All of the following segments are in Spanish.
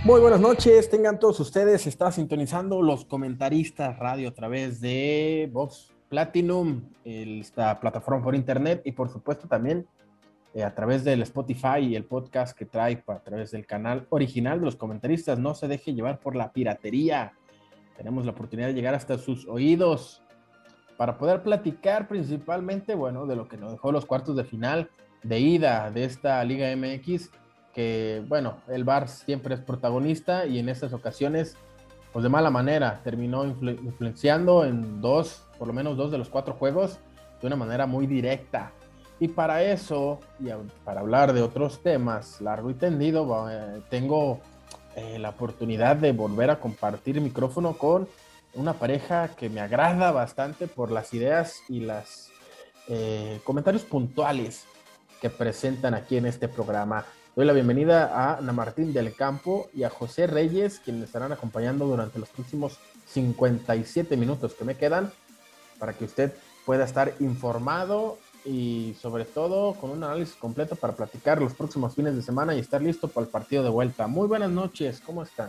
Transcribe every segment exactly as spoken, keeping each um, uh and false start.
Muy buenas noches, tengan todos ustedes, está sintonizando los comentaristas radio a través de Vox Platinum, esta plataforma por internet y por supuesto también eh, a través del Spotify y el podcast que trae a través del canal original de los comentaristas. No se deje llevar por la piratería, tenemos la oportunidad de llegar hasta sus oídos para poder platicar principalmente, bueno, de lo que nos dejó los cuartos de final de ida de esta Liga M X, que, bueno, el V A R siempre es protagonista y en estas ocasiones, pues de mala manera, terminó influ- influenciando en dos, por lo menos dos de los cuatro juegos, de una manera muy directa. Y para eso, y para hablar de otros temas largo y tendido, eh, tengo eh, la oportunidad de volver a compartir micrófono con una pareja que me agrada bastante por las ideas y los eh, comentarios puntuales que presentan aquí en este programa. Doy la bienvenida a Ana Martín del Campo y a José Reyes, quienes me estarán acompañando durante los próximos cincuenta y siete minutos que me quedan para que usted pueda estar informado y sobre todo con un análisis completo para platicar los próximos fines de semana y estar listo para el partido de vuelta. Muy buenas noches, ¿cómo están?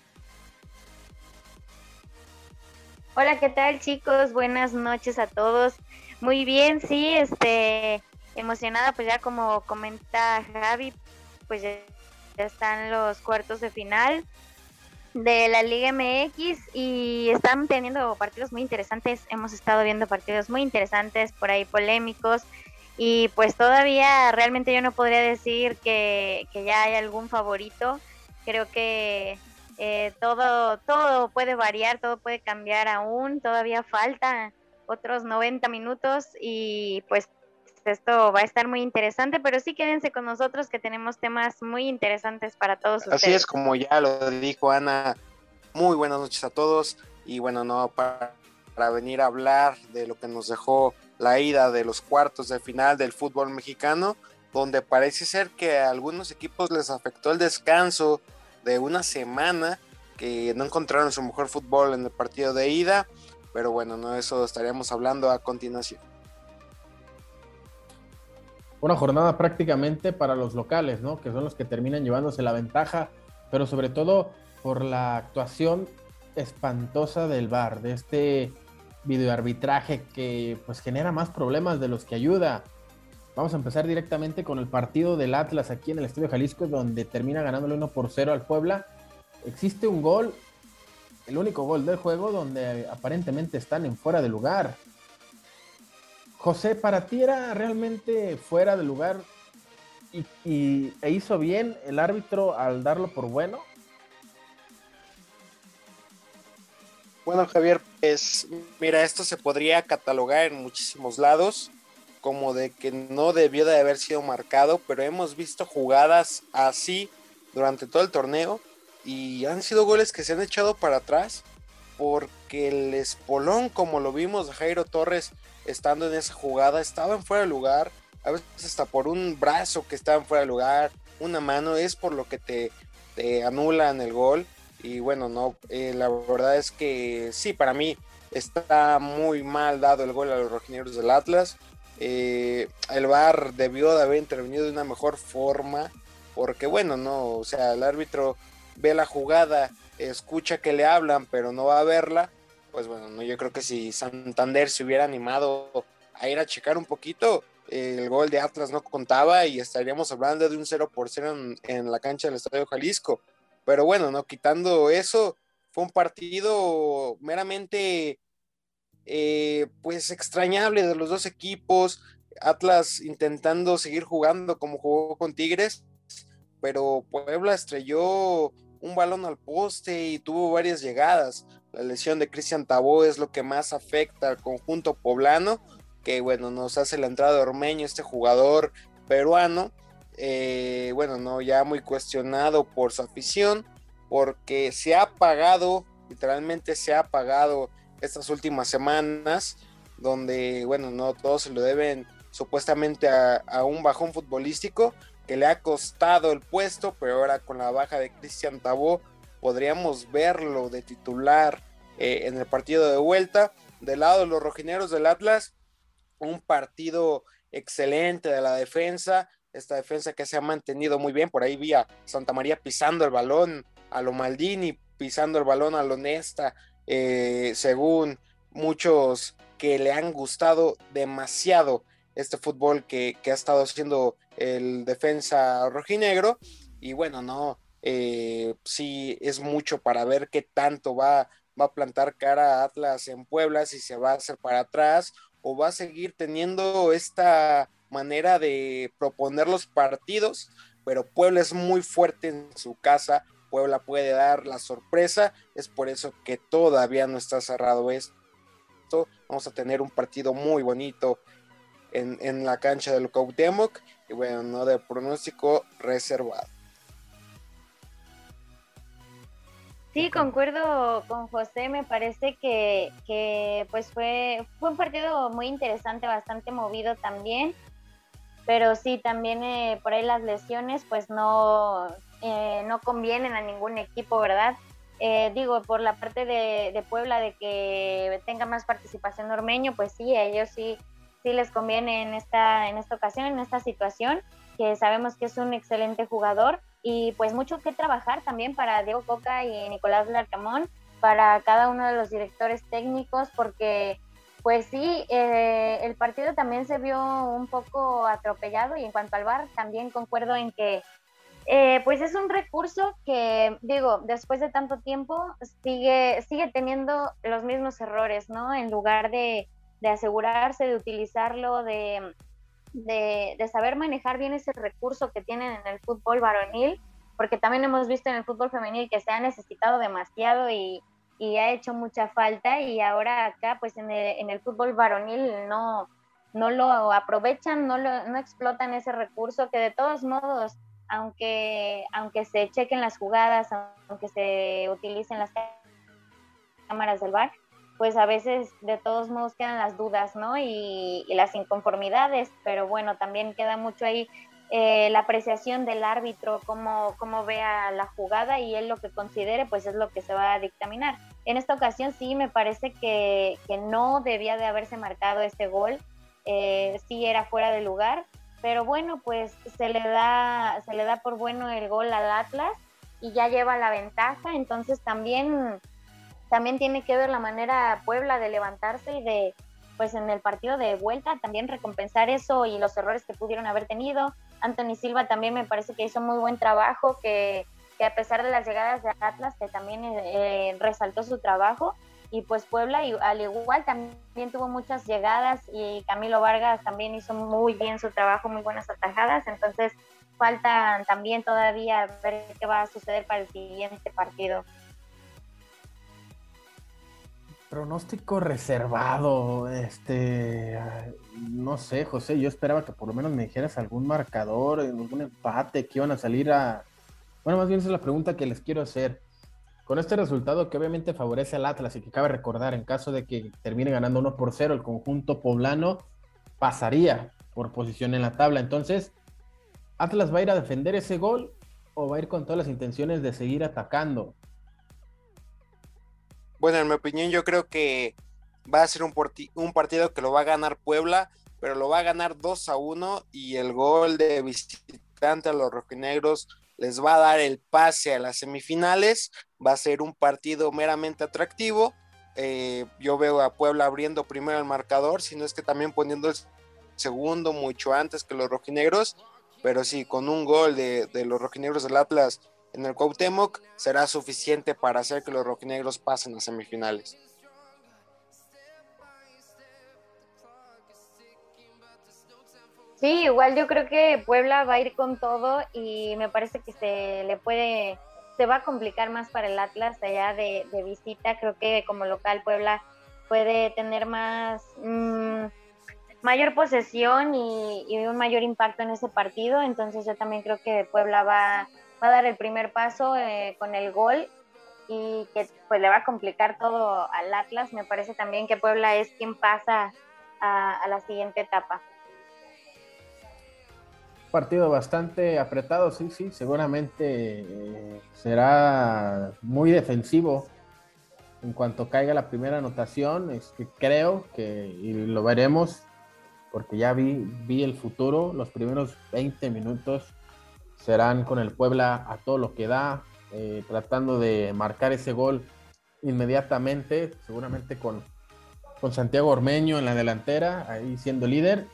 Hola, ¿qué tal, chicos? Buenas noches a todos. Muy bien, sí, este, emocionada, pues ya como comenta Javi, pues ya, ya están los cuartos de final de la Liga M X y están teniendo partidos muy interesantes. Hemos estado viendo partidos muy interesantes, por ahí polémicos, y pues todavía realmente yo no podría decir que, que ya hay algún favorito. Creo que eh, todo, todo puede variar, todo puede cambiar aún, todavía falta otros noventa minutos y pues esto va a estar muy interesante, pero sí quédense con nosotros que tenemos temas muy interesantes para todos Así es, ustedes. como ya lo dijo Ana, muy buenas noches a todos y bueno, no para, para venir a hablar de lo que nos dejó la ida de los cuartos de final del fútbol mexicano, donde parece ser que a algunos equipos les afectó el descanso de una semana, que no encontraron su mejor fútbol en el partido de ida, pero bueno, no, eso estaríamos hablando a continuación. Una jornada prácticamente para los locales, ¿no? Que son los que terminan llevándose la ventaja, pero sobre todo por la actuación espantosa del V A R, de este videoarbitraje que pues genera más problemas de los que ayuda. Vamos a empezar directamente con el partido del Atlas aquí en el Estadio Jalisco, donde termina ganándole uno por cero al Puebla. Existe un gol, el único gol del juego, donde aparentemente están en fuera de lugar. José, ¿para ti era realmente fuera de lugar y, y, e hizo bien el árbitro al darlo por bueno? Bueno, Javier, pues mira, esto se podría catalogar en muchísimos lados como de que no debió de haber sido marcado, pero hemos visto jugadas así durante todo el torneo y han sido goles que se han echado para atrás porque el espolón, como lo vimos de Jairo Torres estando en esa jugada, estaba en fuera de lugar, a veces hasta por un brazo que estaba en fuera de lugar, una mano, es por lo que te, te anulan el gol. Y bueno, no, eh, la verdad es que sí, para mí está muy mal dado el gol a los rojinegros del Atlas. Eh, el V A R debió de haber intervenido de una mejor forma, porque bueno, no, o sea, el árbitro ve la jugada, escucha que le hablan, pero no va a verla. Pues bueno, no, yo creo que si Santander se hubiera animado a ir a checar un poquito, eh, el gol de Atlas no contaba y estaríamos hablando de un cero por cero en, en la cancha del Estadio Jalisco. Pero bueno, no quitando eso, fue un partido meramente eh, pues extrañable de los dos equipos. Atlas intentando seguir jugando como jugó con Tigres, pero Puebla estrelló un balón al poste y tuvo varias llegadas. La lesión de Cristian Tabó es lo que más afecta al conjunto poblano, que bueno, nos hace la entrada de Ormeño, este jugador peruano, eh, bueno, no, ya muy cuestionado por su afición, porque se ha pagado, literalmente se ha pagado estas últimas semanas, donde, bueno, no todos se lo deben supuestamente a, a un bajón futbolístico que le ha costado el puesto, pero ahora con la baja de Cristian Tabó podríamos verlo de titular eh, en el partido de vuelta. Del lado de los rojineros del Atlas, un partido excelente de la defensa, esta defensa que se ha mantenido muy bien, por ahí vi a Santa María pisando el balón a lo Maldini, pisando el balón a lo Nesta, eh, según muchos que le han gustado demasiado este fútbol que, que ha estado haciendo el defensa rojinegro, y bueno, no, eh, sí es mucho para ver qué tanto va, va a plantar cara a Atlas en Puebla, si se va a hacer para atrás o va a seguir teniendo esta manera de proponer los partidos, pero Puebla es muy fuerte en su casa, Puebla puede dar la sorpresa, es por eso que todavía no está cerrado esto. Vamos a tener un partido muy bonito en, en la cancha del Cuauhtémoc, y bueno, no de pronóstico reservado. Sí, concuerdo con José, me parece que, que pues fue, fue un partido muy interesante, bastante movido también, pero sí, también eh, por ahí las lesiones pues no, eh, no convienen a ningún equipo, ¿verdad? Eh, digo, por la parte de, de Puebla, de que tenga más participación Ormeño, pues sí, a ellos sí, sí les conviene en esta, en esta ocasión, en esta situación, que sabemos que es un excelente jugador, y pues mucho que trabajar también para Diego Coca y Nicolás Larcamón, para cada uno de los directores técnicos, porque pues sí, eh, el partido también se vio un poco atropellado, y en cuanto al V A R también concuerdo en que eh, pues es un recurso que, digo, después de tanto tiempo sigue, sigue teniendo los mismos errores, ¿no? En lugar de, de asegurarse de utilizarlo, de de, de saber manejar bien ese recurso que tienen en el fútbol varonil, porque también hemos visto en el fútbol femenil que se ha necesitado demasiado y, y ha hecho mucha falta, y ahora acá pues en el, en el fútbol varonil no, no lo aprovechan, no, lo, no explotan ese recurso que de todos modos, aunque, aunque se chequen las jugadas, aunque se utilicen las cámaras del V A R, pues a veces de todos modos quedan las dudas, ¿no? Y, y las inconformidades, pero bueno, también queda mucho ahí eh, la apreciación del árbitro, cómo, cómo vea la jugada, y él lo que considere, pues es lo que se va a dictaminar. En esta ocasión sí me parece que, que no debía de haberse marcado este gol, eh, sí era fuera de lugar, pero bueno, pues se le da, se le da por bueno el gol al Atlas y ya lleva la ventaja, entonces también... También tiene que ver la manera Puebla de levantarse y de, pues en el partido de vuelta, también recompensar eso y los errores que pudieron haber tenido. Anthony Silva también me parece que hizo muy buen trabajo, que, que a pesar de las llegadas de Atlas, que también eh, resaltó su trabajo. Y pues Puebla, y, al igual, también tuvo muchas llegadas, y Camilo Vargas también hizo muy bien su trabajo, muy buenas atajadas. Entonces falta también todavía ver qué va a suceder para el siguiente partido. Pronóstico reservado, este, no sé, José, yo esperaba que por lo menos me dijeras algún marcador, algún empate, que iban a salir a... Bueno, más bien esa es la pregunta que les quiero hacer. Con este resultado que obviamente favorece al Atlas y que cabe recordar, en caso de que termine ganando uno por cero, el conjunto poblano pasaría por posición en la tabla. Entonces, ¿Atlas va a ir a defender ese gol o va a ir con todas las intenciones de seguir atacando? Bueno, en mi opinión yo creo que va a ser un, porti- un partido que lo va a ganar Puebla, pero lo va a ganar dos a uno, y el gol de visitante a los rojinegros les va a dar el pase a las semifinales. Va a ser un partido meramente atractivo. Eh, yo veo a Puebla abriendo primero el marcador, si no es que también poniendo el segundo mucho antes que los rojinegros, pero sí, con un gol de, de los rojinegros del Atlas en el Cuauhtémoc será suficiente para hacer que los rojinegros pasen a semifinales. Sí, igual yo creo que Puebla va a ir con todo, y me parece que se le puede, se va a complicar más para el Atlas allá de, de visita. Creo que como local Puebla puede tener más, mmm, mayor posesión y, y un mayor impacto en ese partido. Entonces yo también creo que Puebla va, va a dar el primer paso eh, con el gol, y que pues le va a complicar todo al Atlas. Me parece también que Puebla es quien pasa a, a la siguiente etapa. Partido bastante apretado, sí, sí, seguramente eh, será muy defensivo en cuanto caiga la primera anotación. Es que creo que, y lo veremos, porque ya vi, vi el futuro, los primeros veinte minutos serán con el Puebla a todo lo que da, eh, tratando de marcar ese gol inmediatamente, seguramente con, con Santiago Ormeño en la delantera, ahí siendo líder.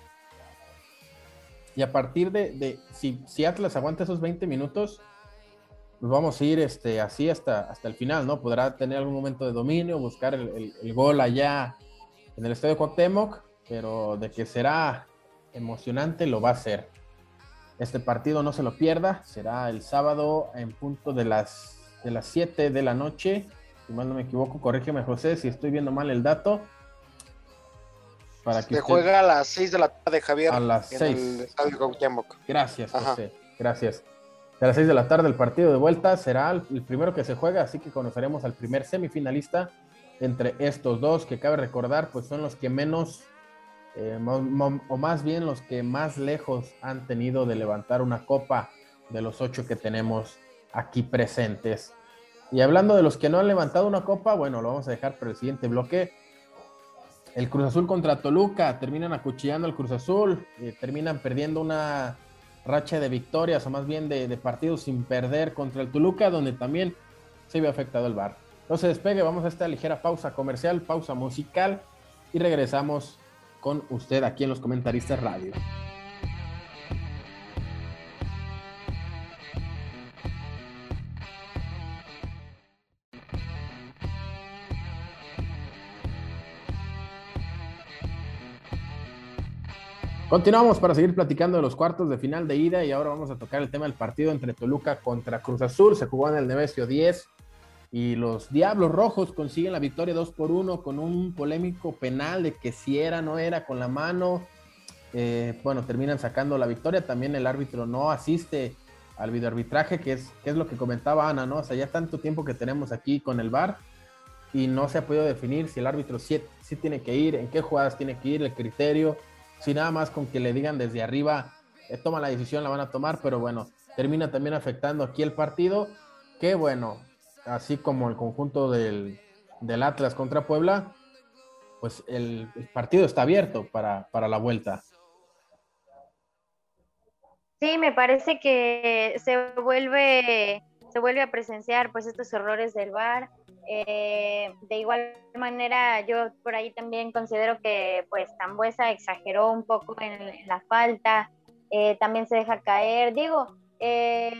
Y a partir de, de si, si Atlas aguanta esos veinte minutos, nos vamos a ir este, así hasta, hasta el final, ¿no? Podrá tener algún momento de dominio, buscar el, el, el gol allá en el Estadio Cuauhtémoc, pero de que será emocionante, lo va a ser. Este partido no se lo pierda, será el sábado en punto de las, de las siete de la noche, si mal no me equivoco, corrígeme José si estoy viendo mal el dato. Para que Se usted... juega a las seis de la tarde, Javier, a las en seis. el Estadio Cuauhtémoc. Gracias, José, Ajá. gracias. A las seis de la tarde el partido de vuelta será el, el primero que se juega, así que conoceremos al primer semifinalista entre estos dos, que cabe recordar, pues son los que menos, eh, mo, mo, o más bien los que más lejos han tenido de levantar una copa de los ocho que tenemos aquí presentes. Y hablando de los que no han levantado una copa, bueno, lo vamos a dejar para el siguiente bloque. El Cruz Azul contra Toluca, terminan acuchillando al Cruz Azul, eh, terminan perdiendo una racha de victorias, o más bien de, de partidos sin perder contra el Toluca, donde también se vio afectado el V A R. No se despegue, vamos a esta ligera pausa comercial, pausa musical, y regresamos con usted aquí en Los Comentaristas Radio. Continuamos para seguir platicando de los cuartos de final de ida, y ahora vamos a tocar el tema del partido entre Toluca contra Cruz Azul. Se jugó en el Nemesio diez y los Diablos Rojos consiguen la victoria dos por uno con un polémico penal de que si era o no era con la mano. Eh, bueno, terminan sacando la victoria. También el árbitro no asiste al videoarbitraje, que es, que es lo que comentaba Ana, ¿no? O sea, ya tanto tiempo que tenemos aquí con el V A R y no se ha podido definir si el árbitro sí, sí tiene que ir, en qué jugadas tiene que ir, el criterio. Si nada más con que le digan desde arriba, eh, toma la decisión, la van a tomar, pero bueno, termina también afectando aquí el partido, que bueno, así como el conjunto del, del Atlas contra Puebla, pues el, el partido está abierto para, para la vuelta. Sí, me parece que se vuelve, se vuelve a presenciar pues estos errores del V A R. Eh, de igual manera, yo por ahí también considero que pues Sambueza exageró un poco en, en la falta, eh, también se deja caer. Digo, eh,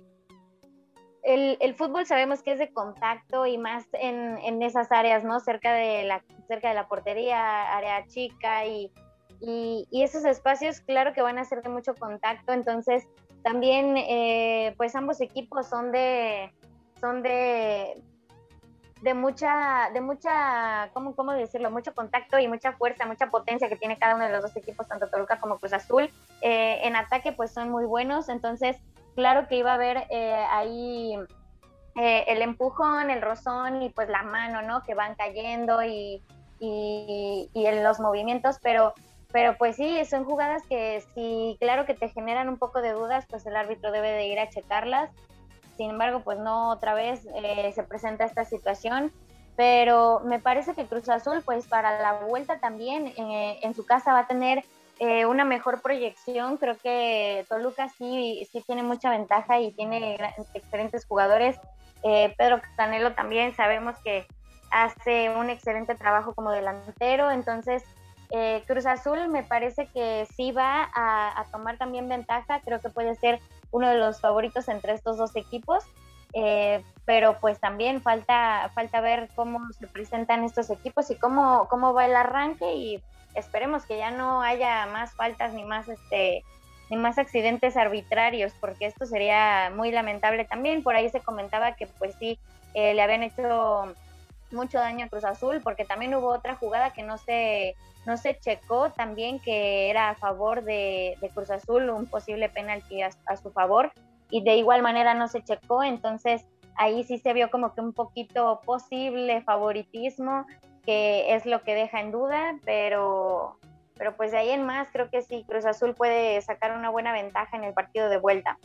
el, el fútbol sabemos que es de contacto y más en, en esas áreas, ¿no? Cerca de la, cerca de la portería, área chica y, y, y esos espacios, claro que van a ser de mucho contacto. Entonces, también, eh, pues ambos equipos son de, son de de mucha, de mucha, ¿cómo, cómo decirlo? Mucho contacto y mucha fuerza, mucha potencia que tiene cada uno de los dos equipos, tanto Toluca como Cruz Azul. Eh, en ataque pues son muy buenos, entonces claro que iba a haber eh, ahí eh, el empujón, el rozón y pues la mano, ¿no? Que van cayendo y, y, y en los movimientos, pero, pero pues sí, son jugadas que sí, claro que te generan un poco de dudas, pues el árbitro debe de ir a checarlas. Sin embargo, pues no, otra vez eh, se presenta esta situación, pero me parece que Cruz Azul, pues para la vuelta también eh, en su casa va a tener eh, una mejor proyección. Creo que Toluca sí, sí tiene mucha ventaja y tiene excelentes jugadores. Eh, Pedro Canelo también sabemos que hace un excelente trabajo como delantero, entonces eh, Cruz Azul me parece que sí va a, a tomar también ventaja. Creo que puede ser uno de los favoritos entre estos dos equipos, eh, pero pues también falta, falta ver cómo se presentan estos equipos y cómo, cómo va el arranque, y esperemos que ya no haya más faltas ni más, este, ni más accidentes arbitrarios, porque esto sería muy lamentable también. Por ahí se comentaba que pues sí, eh, le habían hecho mucho daño a Cruz Azul, porque también hubo otra jugada que no se, no se checó también, que era a favor de, de Cruz Azul, un posible penalti a, a su favor, y de igual manera no se checó. Entonces ahí sí se vio como que un poquito posible favoritismo, que es lo que deja en duda, pero, pero pues de ahí en más creo que sí, Cruz Azul puede sacar una buena ventaja en el partido de vuelta.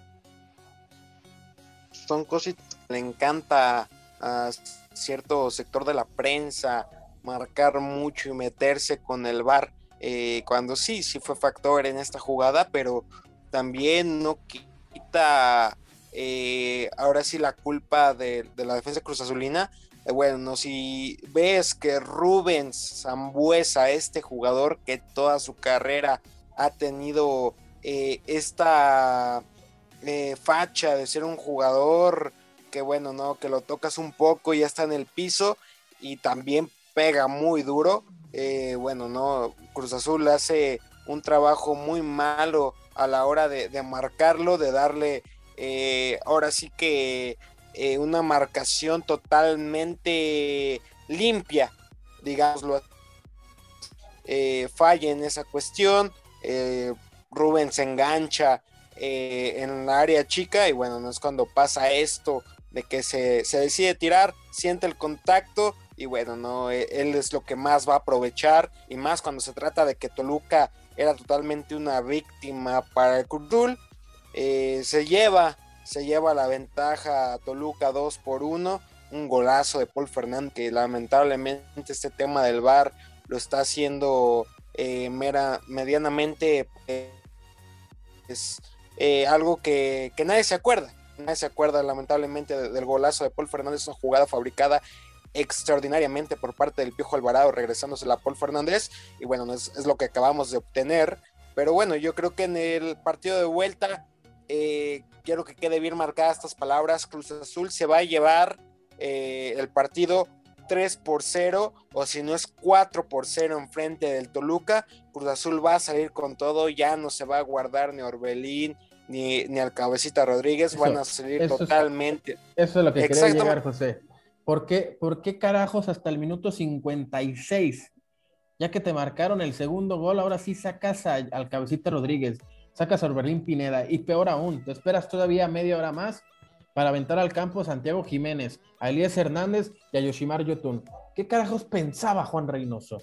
Son cositas que le encanta a cierto sector de la prensa, marcar mucho y meterse con el V A R, eh, cuando sí, sí fue factor en esta jugada, pero también no quita eh, ahora sí la culpa de, de la defensa cruzazulina. Eh, bueno, si ves que Rubens Sambueza, este jugador que toda su carrera ha tenido eh, esta eh, facha de ser un jugador que bueno, no, que lo tocas un poco y ya está en el piso y también pega muy duro, eh, bueno, no, Cruz Azul hace un trabajo muy malo a la hora de, de marcarlo, de darle eh, ahora sí que eh, una marcación totalmente limpia, digámoslo, eh, falla en esa cuestión, eh, Rubén se engancha eh, en la área chica y bueno, no es cuando pasa esto de que se, se decide tirar, siente el contacto y bueno, no, él es lo que más va a aprovechar y más cuando se trata de que Toluca era totalmente una víctima para el Cruz Azul. Eh, se lleva se lleva la ventaja a Toluca dos por uno, un golazo de Paul Fernández que lamentablemente este tema del V A R lo está haciendo eh, mera, medianamente eh, es eh, algo que, que nadie se acuerda nadie se acuerda lamentablemente de, del golazo de Paul Fernández, una jugada fabricada extraordinariamente por parte del Piojo Alvarado regresándose a Paul Fernández y bueno, es, es lo que acabamos de obtener, pero bueno, yo creo que en el partido de vuelta eh, quiero que quede bien marcadas estas palabras, Cruz Azul se va a llevar eh, el partido tres por cero o si no es cuatro por cero en frente del Toluca. Cruz Azul va a salir con todo, ya no se va a guardar ni Orbelín ni, ni al Cabecita Rodríguez, eso, van a salir eso totalmente. Es, eso es lo que quería llegar, José. ¿Por qué, ¿Por qué carajos hasta el minuto cincuenta y seis? Ya que te marcaron el segundo gol, ahora sí sacas a, al Cabecita Rodríguez, sacas a Orbelín Pineda, y peor aún, te esperas todavía media hora más para aventar al campo a Santiago Jiménez, a Elías Hernández y a Yoshimar Yotun. ¿Qué carajos pensaba Juan Reynoso?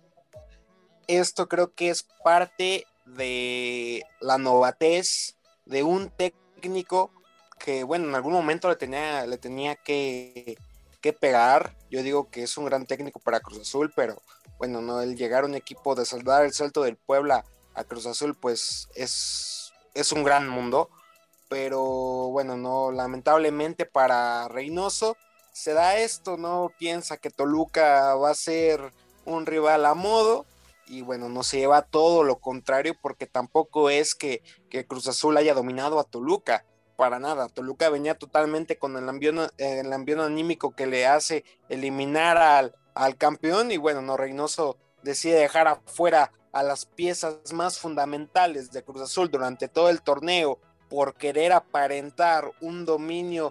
Esto creo que es parte de la novatez de un técnico que, bueno, en algún momento le tenía, le tenía que... que pegar. Yo digo que es un gran técnico para Cruz Azul, pero bueno, no, el llegar a un equipo de saldar el salto del Puebla a Cruz Azul, pues es, es un gran mundo, pero bueno, no, lamentablemente para Reynoso se da esto, no piensa que Toluca va a ser un rival a modo, y bueno, no se lleva todo lo contrario, porque tampoco es que, que Cruz Azul haya dominado a Toluca, para nada. Toluca venía totalmente con el ambiente, eh, el ambiente anímico que le hace eliminar al, al campeón y bueno, no, Reynoso decide dejar afuera a las piezas más fundamentales de Cruz Azul durante todo el torneo por querer aparentar un dominio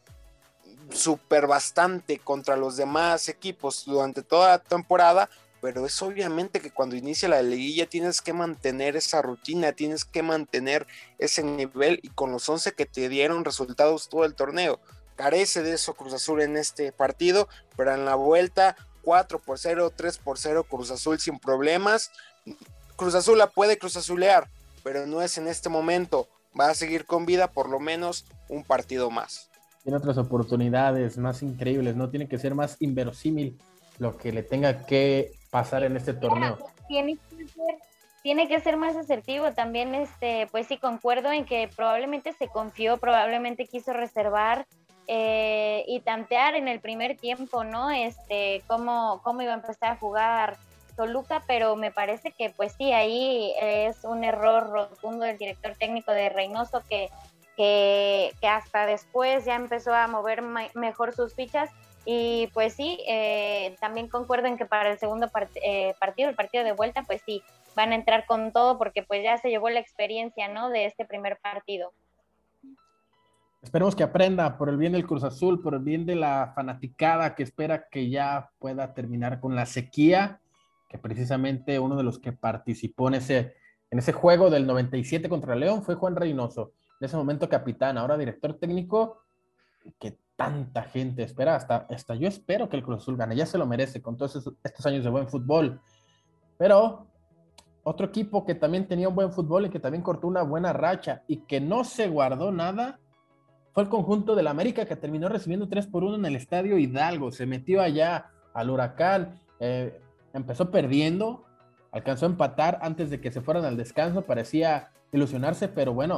súper bastante contra los demás equipos durante toda la temporada, pero es obviamente que cuando inicia la liguilla tienes que mantener esa rutina, tienes que mantener ese nivel y con los once que te dieron resultados todo el torneo. Carece de eso Cruz Azul en este partido, pero en la vuelta cuatro por cero, tres por cero, Cruz Azul sin problemas. Cruz Azul la puede Cruz Azulear, pero no es en este momento. Va a seguir con vida por lo menos un partido más. Tiene otras oportunidades más increíbles, ¿no? Tiene que ser más inverosímil lo que le tenga que pasar en este torneo. Tiene que ser, tiene que ser más asertivo también, este, pues sí, concuerdo en que probablemente se confió, probablemente quiso reservar eh, y tantear en el primer tiempo, ¿no? Este, cómo, cómo iba a empezar a jugar Toluca, pero me parece que pues sí, ahí es un error rotundo del director técnico de Reynoso que, que, que hasta después ya empezó a mover ma- mejor sus fichas. Y pues sí, eh, también concuerdo en que para el segundo part- eh, partido, el partido de vuelta, pues sí, van a entrar con todo porque pues ya se llevó la experiencia, ¿no? De este primer partido. Esperemos que aprenda por el bien del Cruz Azul, por el bien de la fanaticada que espera que ya pueda terminar con la sequía, que precisamente uno de los que participó en ese, en ese juego del noventa y siete contra León fue Juan Reynoso, en ese momento capitán, ahora director técnico, que tanta gente espera, hasta, hasta yo espero que el Cruz Azul gane, ya se lo merece con todos estos, estos años de buen fútbol, pero otro equipo que también tenía un buen fútbol y que también cortó una buena racha y que no se guardó nada fue el conjunto del América, que terminó recibiendo tres por uno en el Estadio Hidalgo, se metió allá al Huracán, eh, empezó perdiendo, alcanzó a empatar antes de que se fueran al descanso, parecía ilusionarse, pero bueno,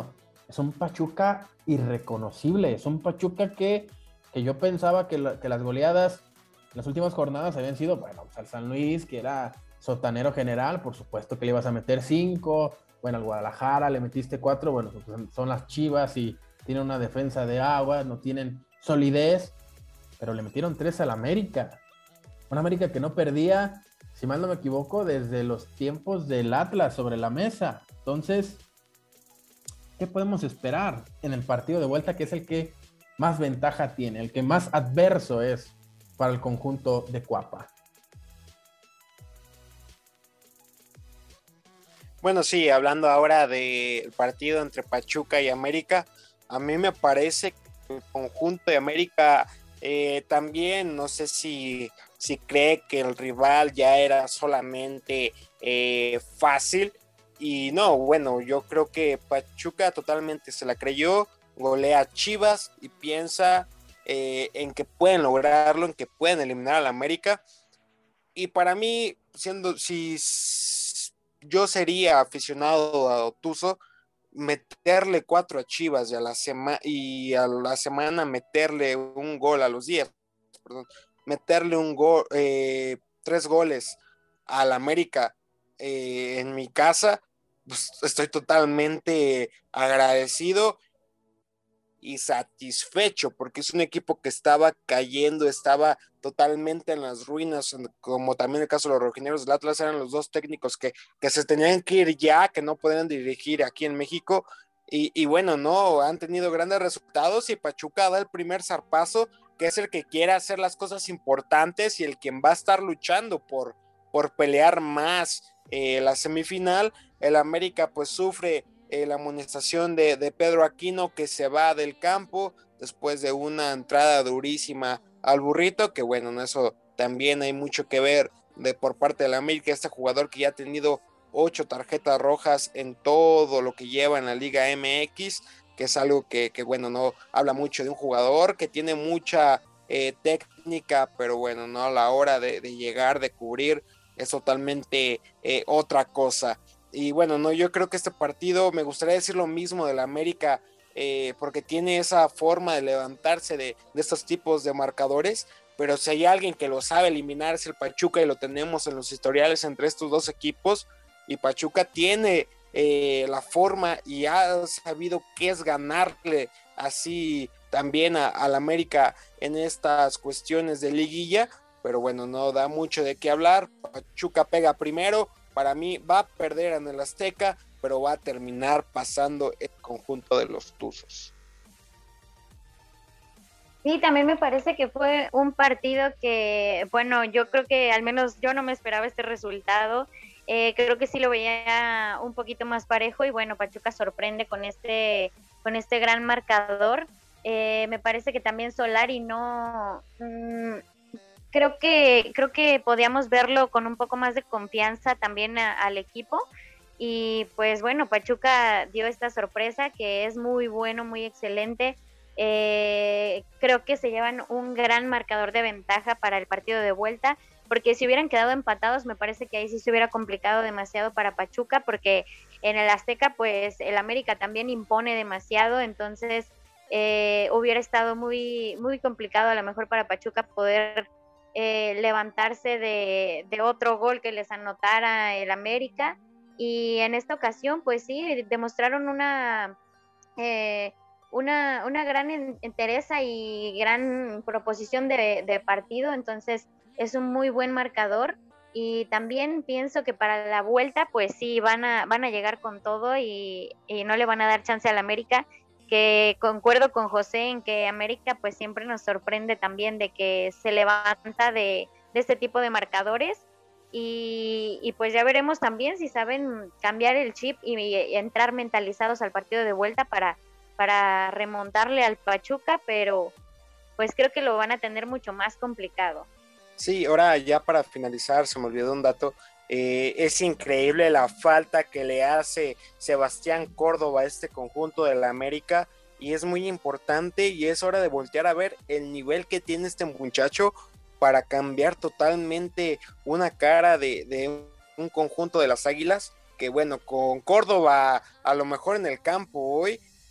es un Pachuca irreconocible, es un Pachuca que, que yo pensaba que, la, que las goleadas en las últimas jornadas habían sido, bueno, pues al San Luis, que era sotanero general, por supuesto que le ibas a meter cinco, bueno, al Guadalajara le metiste cuatro, bueno, pues son las Chivas y tienen una defensa de agua, no tienen solidez, pero le metieron tres al América, una América que no perdía, si mal no me equivoco, desde los tiempos del Atlas sobre la mesa. Entonces, ¿qué podemos esperar en el partido de vuelta, que es el que más ventaja tiene, el que más adverso es para el conjunto de Cuapa? Bueno, sí, hablando ahora del partido entre Pachuca y América, a mí me parece que el conjunto de América eh, también, no sé si, si cree que el rival ya era solamente eh, fácil, y no, bueno, yo creo que Pachuca totalmente se la creyó, golea a Chivas y piensa eh, en que pueden lograrlo, en que pueden eliminar al América, y para mí, siendo, si yo sería aficionado a Tuzo, meterle cuatro a Chivas y a la, sema y a la semana meterle un gol a los días, perdón, meterle un gol, eh, tres goles al América eh, en mi casa, pues estoy totalmente agradecido y satisfecho, porque es un equipo que estaba cayendo, estaba totalmente en las ruinas, como también el caso de los rojineros del Atlas, eran los dos técnicos que, que se tenían que ir ya, que no podían dirigir aquí en México, y, y bueno, no, han tenido grandes resultados, y Pachuca da el primer zarpazo, que es el que quiere hacer las cosas importantes, y el quien va a estar luchando por, por pelear más eh, la semifinal. El América pues sufre Eh, la amonestación de, de Pedro Aquino, que se va del campo después de una entrada durísima al Burrito, que bueno, en eso también hay mucho que ver de por parte de la América, este jugador que ya ha tenido ocho tarjetas rojas en todo lo que lleva en la Liga M X, que es algo que, que bueno, no habla mucho de un jugador que tiene mucha eh, técnica, pero bueno, no a la hora de, de llegar, de cubrir, es totalmente eh, otra cosa. Y bueno, no, yo creo que este partido, me gustaría decir lo mismo del América, eh, porque tiene esa forma de levantarse de, de estos tipos de marcadores, pero si hay alguien que lo sabe eliminar es el Pachuca, y lo tenemos en los historiales entre estos dos equipos, y Pachuca tiene eh, la forma y ha sabido qué es ganarle así también al América en estas cuestiones de liguilla, pero bueno, no da mucho de qué hablar. Pachuca pega primero, para mí va a perder en el Azteca, pero va a terminar pasando el conjunto de los Tuzos. Sí, también me parece que fue un partido que, bueno, yo creo que al menos yo no me esperaba este resultado. Eh, creo que sí lo veía un poquito más parejo, y bueno, Pachuca sorprende con este, con este gran marcador. Eh, me parece que también Solari no... Mmm, creo que creo que podíamos verlo con un poco más de confianza también a, al equipo, y pues bueno, Pachuca dio esta sorpresa que es muy bueno, muy excelente. Eh, creo que se llevan un gran marcador de ventaja para el partido de vuelta, porque si hubieran quedado empatados me parece que ahí sí se hubiera complicado demasiado para Pachuca, porque en el Azteca pues el América también impone demasiado, entonces eh, hubiera estado muy, muy complicado a lo mejor para Pachuca poder Eh, levantarse de, de otro gol que les anotara el América, y en esta ocasión pues sí, demostraron una eh, una, una gran entereza y gran proposición de, de partido, entonces es un muy buen marcador, y también pienso que para la vuelta pues sí van a, van a llegar con todo, y, y no le van a dar chance al América, que concuerdo con José en que América pues siempre nos sorprende también de que se levanta de, de este tipo de marcadores, y, y pues ya veremos también si saben cambiar el chip y, y entrar mentalizados al partido de vuelta para, para remontarle al Pachuca, pero pues creo que lo van a tener mucho más complicado. Sí, ahora ya para finalizar, se me olvidó un dato. Eh, es increíble la falta que le hace Sebastián Córdoba a este conjunto de la América, y es muy importante, y es hora de voltear a ver el nivel que tiene este muchacho para cambiar totalmente una cara de, de un conjunto de las Águilas, que bueno, con Córdoba a lo mejor en el campo hoy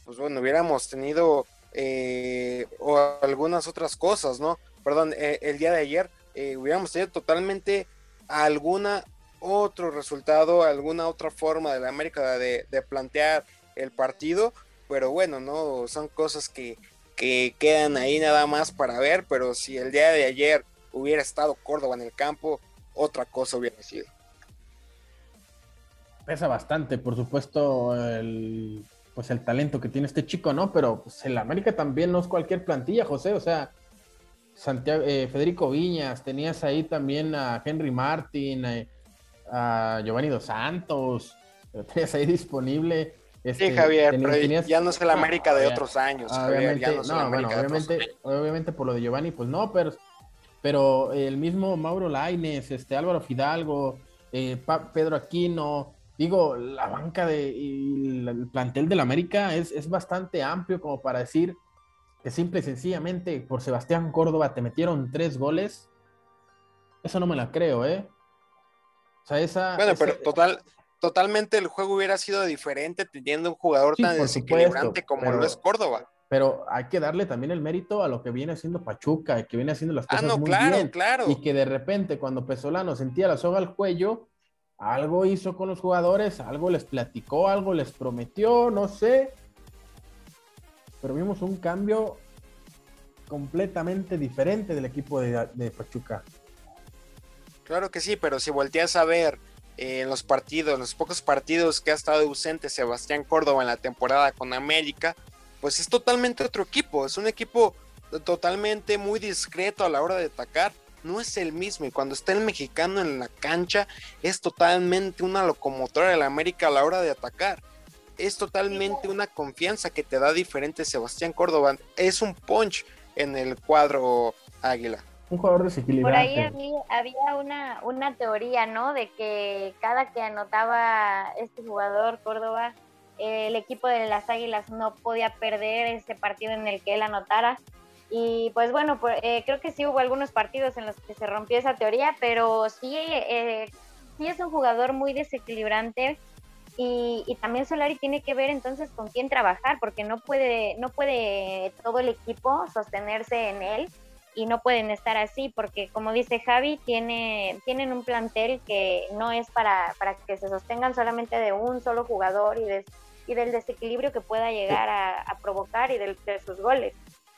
pues bueno, hubiéramos tenido eh, o algunas otras cosas, ¿no? Perdón, eh, el día de ayer eh, hubiéramos tenido totalmente alguna otro resultado, alguna otra forma de la América de, de plantear el partido, pero bueno, no, son cosas que, que quedan ahí nada más para ver, pero si el día de ayer hubiera estado Córdoba en el campo, otra cosa hubiera sido. Pesa bastante, por supuesto, el, pues el talento que tiene este chico, ¿no? Pero pues el América también no es cualquier plantilla, José, o sea, Santiago, eh, Federico Viñas, tenías ahí también a Henry Martin, eh, a Giovanni Dos Santos, lo tenías ahí disponible. Este, Sí, Javier, ten, pero tenías, ya no es el América no, de ya, otros años, obviamente, Javier, ya no es el no, América bueno, de otros obviamente, años. obviamente por lo de Giovanni, pues no, pero, pero el mismo Mauro Lainez, este, Álvaro Fidalgo, eh, pa, Pedro Aquino, digo, la banca de, y el plantel del América es, es bastante amplio como para decir que simple y sencillamente por Sebastián Córdoba te metieron tres goles. Eso no me la creo, ¿eh? O sea, esa... Bueno, esa pero total, totalmente el juego hubiera sido diferente teniendo un jugador sí, tan por supuesto, desequilibrante como lo es pero, Córdoba. pero hay que darle también el mérito a lo que viene haciendo Pachuca, y que viene haciendo las Ah, cosas no, muy claro, bien, y claro. que de repente cuando Pesolano sentía la soga al cuello, algo hizo con los jugadores, algo les platicó, algo les prometió, no sé, pero vimos un cambio completamente diferente del equipo de, de Pachuca. Claro que sí, pero si volteas a ver eh, en los partidos, en los pocos partidos que ha estado ausente Sebastián Córdoba en la temporada con América, pues es totalmente otro equipo, es un equipo totalmente muy discreto a la hora de atacar, no es el mismo, y cuando está el mexicano en la cancha es totalmente una locomotora de la América a la hora de atacar, es totalmente una confianza que te da diferente Sebastián Córdoba, es un punch en el cuadro Águila. Un jugador Por ahí desequilibrante. había, había una, una teoría, ¿no? De que cada que anotaba este jugador Córdoba, eh, el equipo de las Águilas no podía perder ese partido en el que él anotara. Y pues bueno, pues, eh, creo que sí hubo algunos partidos en los que se rompió esa teoría, pero sí, eh, sí es un jugador muy desequilibrante. Y, y también Solari tiene que ver entonces con quién trabajar, porque no puede, no puede todo el equipo sostenerse en él y no pueden estar así, porque como dice Javi, tiene, tienen un plantel que no es para, para que se sostengan solamente de un solo jugador y, de, y del desequilibrio que pueda llegar a, a provocar y del, de sus goles.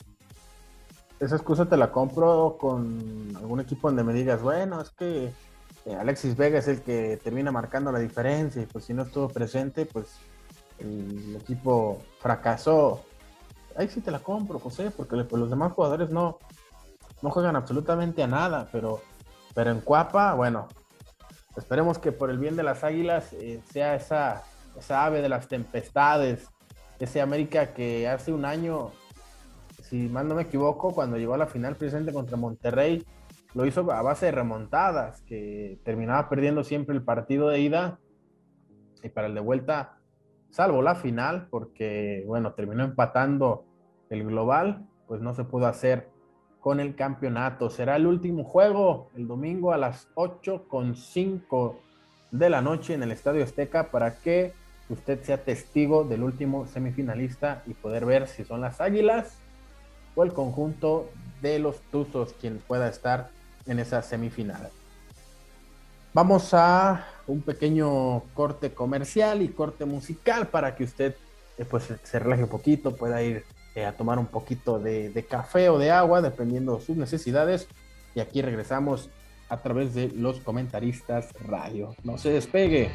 Esa excusa te la compro con algún equipo donde me digas, bueno, es que Alexis Vega es el que termina marcando la diferencia y pues si no estuvo presente, pues el equipo fracasó. Ahí sí te la compro, José, porque pues, los demás jugadores no, no juegan absolutamente a nada, pero, pero en Cuapa, bueno, esperemos que por el bien de las Águilas eh, sea esa, esa ave de las tempestades, ese América que hace un año, si mal no me equivoco, cuando llegó a la final presente contra Monterrey, lo hizo a base de remontadas, que terminaba perdiendo siempre el partido de ida, y para el de vuelta, salvo la final, porque, bueno, terminó empatando el global, pues no se pudo hacer con el campeonato. Será el último juego el domingo a las ocho con cinco de la noche en el Estadio Azteca para que usted sea testigo del último semifinalista y poder ver si son las Águilas o el conjunto de los Tuzos quien pueda estar en esa semifinal. Vamos a un pequeño corte comercial y corte musical para que usted eh, pues se relaje un poquito, pueda ir eh, a tomar un poquito de, de café o de agua, dependiendo de sus necesidades. Y aquí regresamos a través de los comentaristas radio. No se despegue.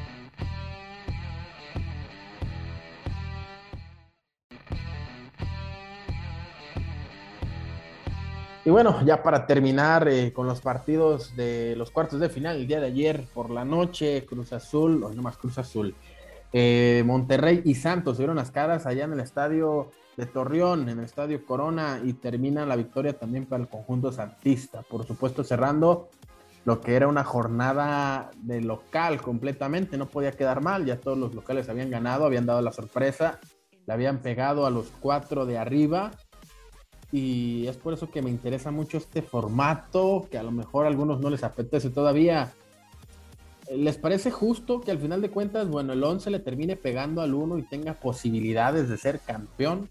Y bueno, ya para terminar eh, con los partidos de los cuartos de final, el día de ayer por la noche, Cruz Azul, o no más Cruz Azul, eh, Monterrey y Santos se dieron las caras allá en el estadio de Torreón, en el estadio Corona, y termina la victoria también para el conjunto santista, por supuesto cerrando lo que era una jornada de local completamente, no podía quedar mal, ya todos los locales habían ganado, habían dado la sorpresa, le habían pegado a los cuatro de arriba, y es por eso que me interesa mucho este formato, que a lo mejor a algunos no les apetece todavía ¿les parece justo que al final de cuentas, bueno, el once le termine pegando al uno y tenga posibilidades de ser campeón?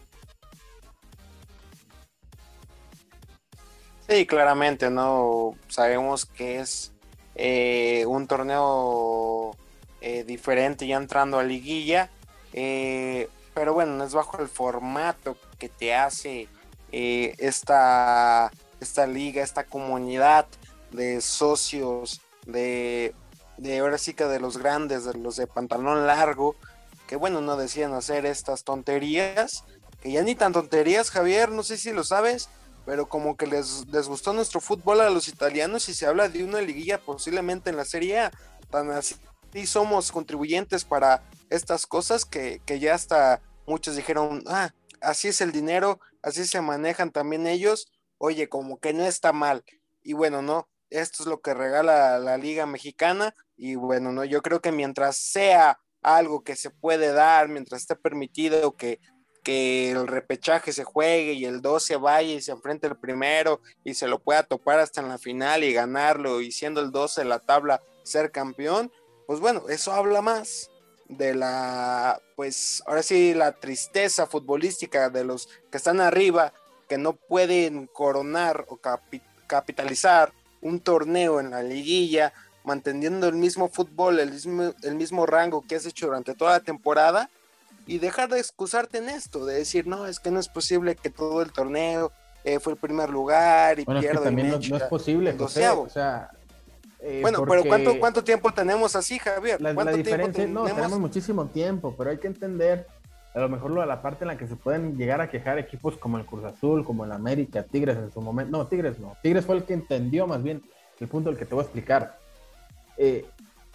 Sí, claramente, ¿no? Sabemos que es eh, un torneo eh, diferente ya entrando a liguilla, eh, pero bueno, no es bajo el formato que te hace eh, esta, esta liga, esta comunidad de socios, de, de ahora sí que de los grandes, de los de pantalón largo, que bueno, no decían hacer estas tonterías, que ya ni tan tonterías, Javier, no sé si lo sabes, pero como que les, les gustó nuestro fútbol a los italianos y se habla de una liguilla posiblemente en la Serie A, tan así somos contribuyentes para estas cosas que, que ya hasta muchos dijeron, ah, así es el dinero, así se manejan también ellos, oye, como que no está mal, y bueno, no, esto es lo que regala la Liga Mexicana, y bueno, no, yo creo que mientras sea algo que se puede dar, mientras esté permitido que que el repechaje se juegue y el dos se vaya y se enfrente el primero y se lo pueda topar hasta en la final y ganarlo y siendo el doce en la tabla ser campeón, pues bueno, eso habla más de la, pues ahora sí, la tristeza futbolística de los que están arriba, que no pueden coronar o capi- capitalizar un torneo en la liguilla, manteniendo el mismo fútbol, el mismo, el mismo rango que has hecho durante toda la temporada, y dejar de excusarte en esto, de decir, no, es que no es posible que todo el torneo eh, fue el primer lugar y Bueno, es que pierdo y también me no, no es echa posible, el José, doceavo. o sea, eh, Bueno, pero ¿cuánto, porque ¿cuánto tiempo tenemos así, Javier? la, la ¿Cuánto tiempo diferencia, no, tenemos tenemos? muchísimo tiempo, pero hay que entender a lo mejor lo de la parte en la que se pueden llegar a quejar equipos como el Cruz Azul, como el América, Tigres en su momento, no, Tigres no, Tigres fue el que entendió más bien el punto del que te voy a explicar. Eh,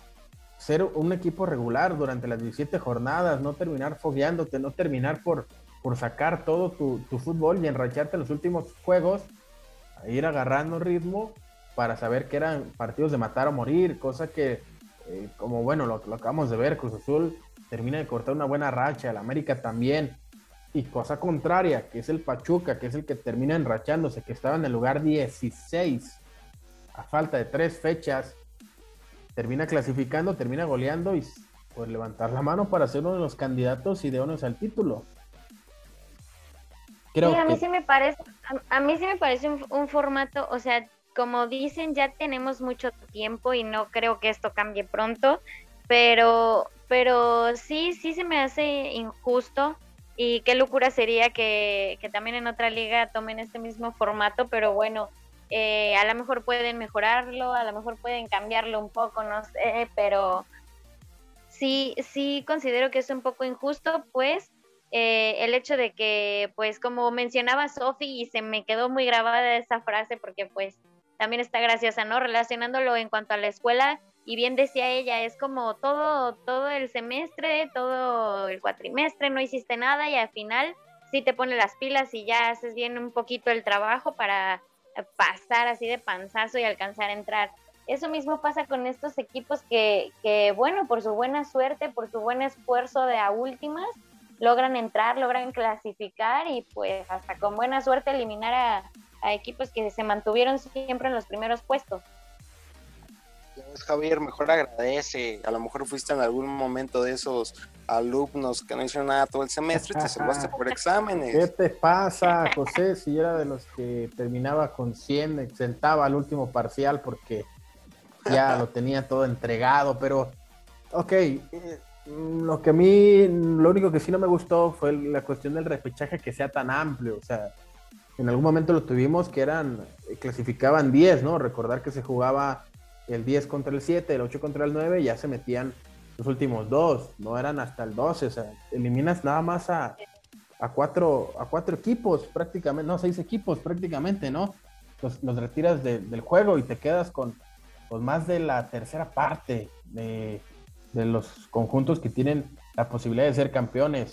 ser un equipo regular durante las diecisiete jornadas, no terminar fogueándote, no terminar por, por sacar todo tu, tu fútbol y enracharte en los últimos juegos, a ir agarrando ritmo para saber que eran partidos de matar o morir, cosa que, eh, como bueno, lo, lo acabamos de ver, Cruz Azul termina de cortar una buena racha, el América también, y cosa contraria, que es el Pachuca, que es el que termina enrachándose, que estaba en el lugar dieciséis, a falta de tres fechas, termina clasificando, termina goleando y pues levantar la mano para ser uno de los candidatos idóneos al título. Sí, Creo a mí que sí me parece, a, a mí sí me parece un, un formato, o sea, como dicen, ya tenemos mucho tiempo y no creo que esto cambie pronto, pero, pero sí, sí se me hace injusto y qué locura sería que, que también en otra liga tomen este mismo formato, pero bueno, eh, a lo mejor pueden mejorarlo, a lo mejor pueden cambiarlo un poco, no sé, pero sí, sí considero que es un poco injusto, pues eh, el hecho de que, pues como mencionaba Sofi, y se me quedó muy grabada esa frase porque pues también está graciosa, ¿no? Relacionándolo en cuanto a la escuela, y bien decía ella, es como todo, todo el semestre, todo el cuatrimestre, no hiciste nada y al final sí te pone las pilas y ya haces bien un poquito el trabajo para pasar así de panzazo y alcanzar a entrar. Eso mismo pasa con estos equipos que, que, bueno, por su buena suerte, por su buen esfuerzo de a últimas, logran entrar, logran clasificar y pues hasta con buena suerte eliminar a, a equipos que se mantuvieron siempre en los primeros puestos. Javier, mejor agradece, a lo mejor fuiste en algún momento de esos alumnos que no hicieron nada todo el semestre y te salvaste por exámenes. ¿qué te pasa, José? Si yo era de los que terminaba con cien, exentaba al último parcial porque ya lo tenía todo entregado, pero ok, eh, lo que a mí, lo único que sí no me gustó fue la cuestión del repechaje que sea tan amplio, o sea, en algún momento lo tuvimos que eran, clasificaban diez, ¿no? Recordar que se jugaba el diez contra el siete, el ocho contra el nueve, y ya se metían los últimos dos, no eran hasta el doce, o sea, eliminas nada más a, a, cuatro, a cuatro equipos prácticamente, no, seis equipos prácticamente, ¿no? Los, los retiras de, del juego y te quedas con pues, más de la tercera parte de, de los conjuntos que tienen la posibilidad de ser campeones.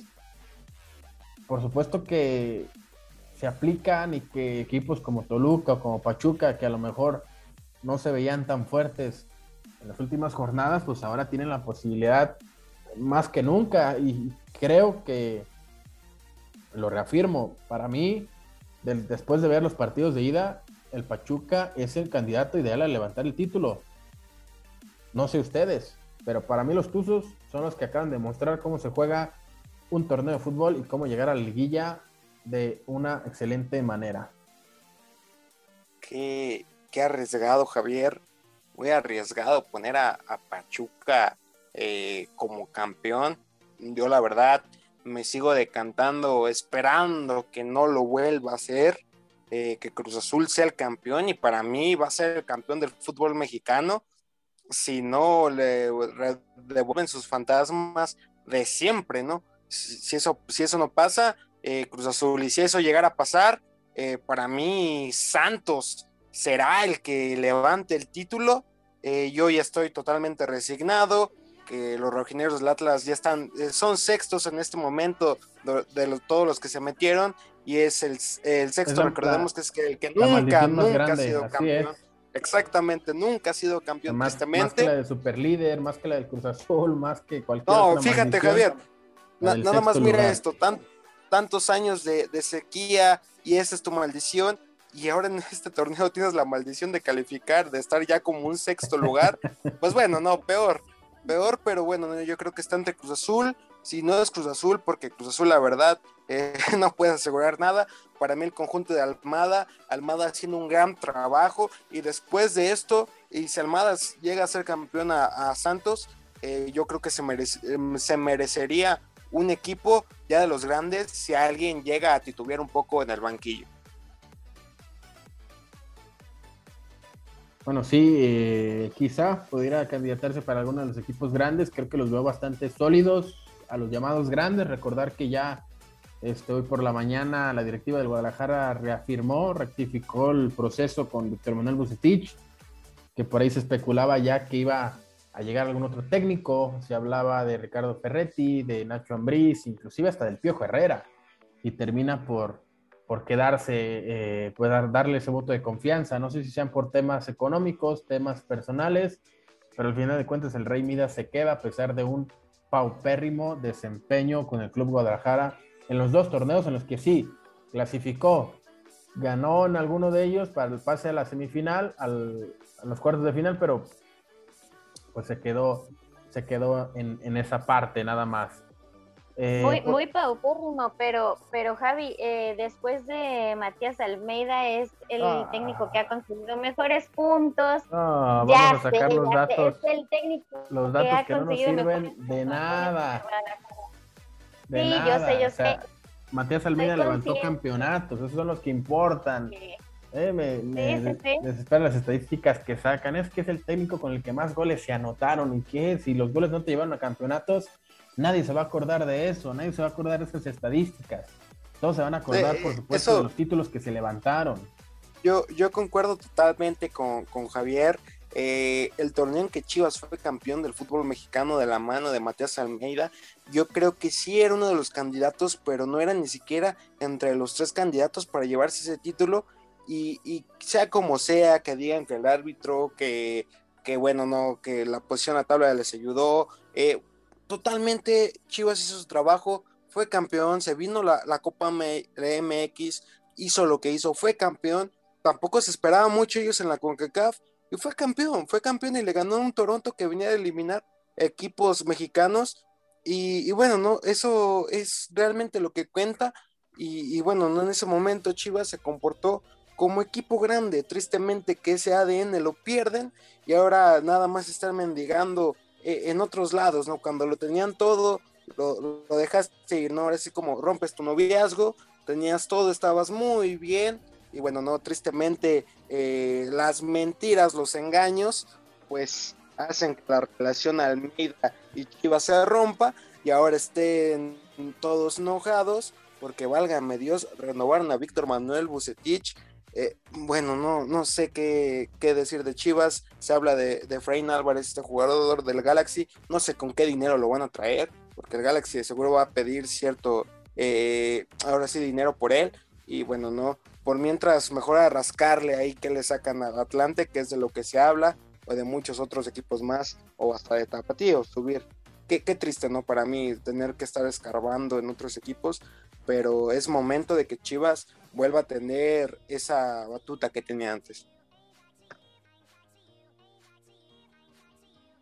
Por supuesto que se aplican y que equipos como Toluca o como Pachuca, que a lo mejor no se veían tan fuertes en las últimas jornadas, pues ahora tienen la posibilidad más que nunca, y creo que lo reafirmo, para mí, del, después de ver los partidos de ida, el Pachuca es el candidato ideal a levantar el título. No sé ustedes, pero para mí los Tuzos son los que acaban de mostrar cómo se juega un torneo de fútbol y cómo llegar a la liguilla de una excelente manera. Qué, qué arriesgado, Javier. Muy arriesgado poner a, a Pachuca eh, como campeón. Yo la verdad me sigo decantando, esperando que no lo vuelva a hacer, eh, que Cruz Azul sea el campeón, y para mí va a ser el campeón del fútbol mexicano si no le re- devuelven sus fantasmas de siempre, ¿no? Si, si eso, si eso no pasa, eh, Cruz Azul, y si eso llegara a pasar, eh, para mí Santos será el que levante el título. Eh, yo ya estoy totalmente resignado, que los rojineros del Atlas ya están, eh, son sextos en este momento de, de los, todos los que se metieron, y es el, el Es sexto, la, recordemos la, que es que el que la nunca, maldición más nunca ha grande, sido así es. campeón. Exactamente, nunca ha sido campeón, Más, más que tristemente. la de Superlíder, más que la del Cruz Azul, más que cualquier No, otra fíjate, maldición, Javier, la na- del nada más sexto mira lugar. esto, tan, tantos años de, de sequía, y esa es tu maldición, y ahora en este torneo tienes la maldición de calificar, de estar ya como un sexto lugar. Pues bueno, no, peor, peor, pero bueno, no, yo creo que está entre Cruz Azul. Si no es Cruz Azul, porque Cruz Azul, la verdad, eh, no puede asegurar nada. Para mí el conjunto de Almada, Almada haciendo un gran trabajo, y después de esto, y si Almada llega a ser campeón a, a Santos, eh, yo creo que se, merece, eh, se merecería un equipo ya de los grandes si alguien llega a titubear un poco en el banquillo. Bueno, sí, eh, quizá pudiera candidatarse para alguno de los equipos grandes. Creo que los veo bastante sólidos a los llamados grandes. Recordar que ya este, hoy por la mañana la directiva del Guadalajara reafirmó, rectificó el proceso con Víctor Manuel Bucetich, que por ahí se especulaba ya que iba a llegar algún otro técnico. Se hablaba de Ricardo Ferretti, de Nacho Ambriz, inclusive hasta del Piojo Herrera, y termina por por quedarse, eh, pues darle ese voto de confianza. No sé si sean por temas económicos, temas personales, pero al final de cuentas el Rey Midas se queda a pesar de un paupérrimo desempeño con el Club Guadalajara en los dos torneos en los que sí clasificó, ganó en alguno de ellos para el pase a la semifinal, al, a los cuartos de final, pero pues se quedó, se quedó en, en esa parte nada más. Eh, muy, por... muy paupérrimo, pero, pero Javi, eh, después de Matías Almeida es el ah, técnico que ha conseguido mejores puntos. No, ya vamos a sacar sé, los datos. Sé, es el técnico los datos que, ha que no nos sirven de nada. De sí, nada. yo sé, yo o sea, sé. Matías Almeida levantó campeonatos, esos son los que importan. Sí. Eh, me, me sí, sí, sí. desesperan las estadísticas que sacan. Es que es el técnico con el que más goles se anotaron. ¿Y qué? Si los goles no te llevaron a campeonatos, nadie se va a acordar de eso, nadie se va a acordar de esas estadísticas. Todos se van a acordar, eh, por supuesto, eso, de los títulos que se levantaron. Yo, yo concuerdo totalmente con, con Javier. Eh, el torneo en que Chivas fue campeón del fútbol mexicano de la mano de Matías Almeida, yo creo que sí era uno de los candidatos, pero no era ni siquiera entre los tres candidatos para llevarse ese título. Y, y sea como sea, que digan que el árbitro, que, que bueno, no, que la posición a tabla les ayudó, eh, totalmente Chivas hizo su trabajo, fue campeón, se vino la, la Copa M X, hizo lo que hizo, fue campeón, tampoco se esperaba mucho ellos en la CONCACAF, y fue campeón, fue campeón y le ganó a un Toronto que venía de eliminar equipos mexicanos, y, y bueno, no, eso es realmente lo que cuenta, y, y bueno, no, en ese momento Chivas se comportó como equipo grande, tristemente que ese A D N lo pierden, y ahora nada más están mendigando en otros lados, ¿no? Cuando lo tenían todo, lo, lo dejaste ir, ¿no? Ahora sí como rompes tu noviazgo, tenías todo, estabas muy bien, y bueno, no, tristemente eh, las mentiras, los engaños, pues hacen que la relación Almeida y Chivas se rompa, y ahora estén todos enojados, porque válgame Dios, renovaron a Víctor Manuel Bucetich. Eh, bueno, no, no sé qué, qué decir de Chivas. Se habla de, de Efraín Álvarez, este jugador del Galaxy. No sé con qué dinero lo van a traer, porque el Galaxy seguro va a pedir cierto, eh, ahora sí, dinero por él. Y bueno, no, por mientras mejor a rascarle ahí que le sacan al Atlante, que es de lo que se habla, o de muchos otros equipos más, o hasta de Tapatío, subir. Qué, qué triste, ¿no? Para mí tener que estar escarbando en otros equipos, pero es momento de que Chivas vuelva a tener esa batuta que tenía antes.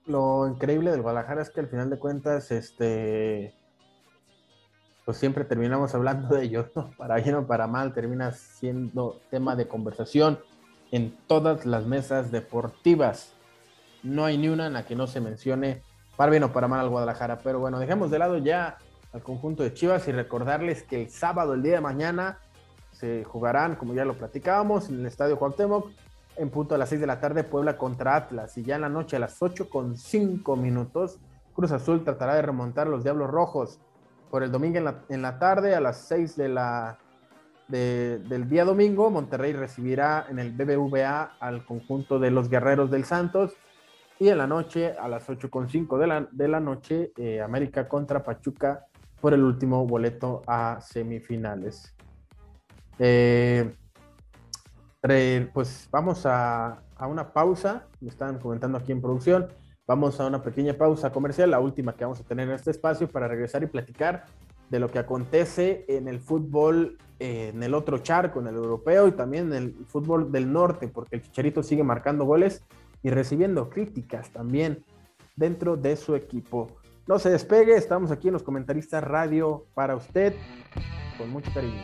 lo increíble del Guadalajara es que al final de cuentas, este, pues siempre terminamos hablando de ellos, ¿no? Para bien o para mal, termina siendo tema de conversación en todas las mesas deportivas. No hay ni una en la que no se mencione para bien o para mal al Guadalajara. Pero bueno, dejemos de lado ya al conjunto de Chivas y recordarles que el sábado, el día de mañana, se jugarán, como ya lo platicábamos, en el Estadio Cuauhtémoc, en punto a las seis de la tarde, Puebla contra Atlas. Y ya en la noche a las ocho con cinco minutos, Cruz Azul tratará de remontar a los Diablos Rojos. Por el domingo en la, en la tarde, a las seis de la, de, del día domingo, Monterrey recibirá en el B B V A al conjunto de los Guerreros del Santos. Y en la noche, a las ocho con cinco de la, de la noche, eh, América contra Pachuca por el último boleto a semifinales. Eh, re, pues vamos a, a una pausa, me están comentando aquí en producción, vamos a una pequeña pausa comercial, la última que vamos a tener en este espacio para regresar y platicar de lo que acontece en el fútbol, eh, en el otro charco, en el europeo y también en el fútbol del norte, porque el Chicharito sigue marcando goles y recibiendo críticas también dentro de su equipo. No se despegue, estamos aquí en los Comentaristas Radio para usted, con mucho cariño.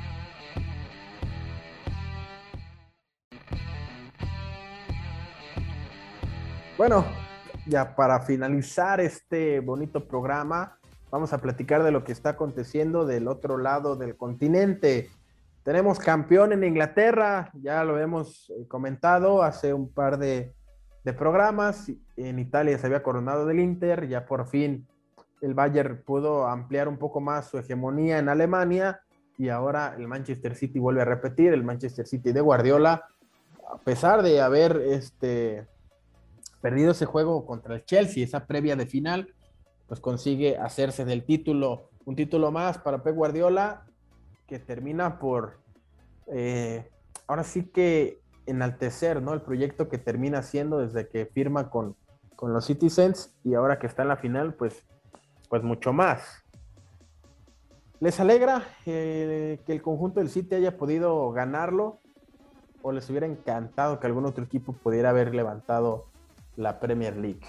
Bueno, ya para finalizar este bonito programa, vamos a platicar de lo que está aconteciendo del otro lado del continente. Tenemos campeón en Inglaterra, ya lo hemos comentado hace un par de, de programas. En Italia se había coronado del Inter, ya por fin el Bayern pudo ampliar un poco más su hegemonía en Alemania y ahora el Manchester City vuelve a repetir, el Manchester City de Guardiola, a pesar de haber este, perdido ese juego contra el Chelsea, esa previa de final, pues consigue hacerse del título, un título más para Pep Guardiola, que termina por, eh, ahora sí que enaltecer, ¿no? El proyecto que termina haciendo desde que firma con, con los Citizens y ahora que está en la final, pues, pues mucho más. ¿Les alegra eh, que el conjunto del City haya podido ganarlo? ¿O les hubiera encantado que algún otro equipo pudiera haber levantado la Premier League?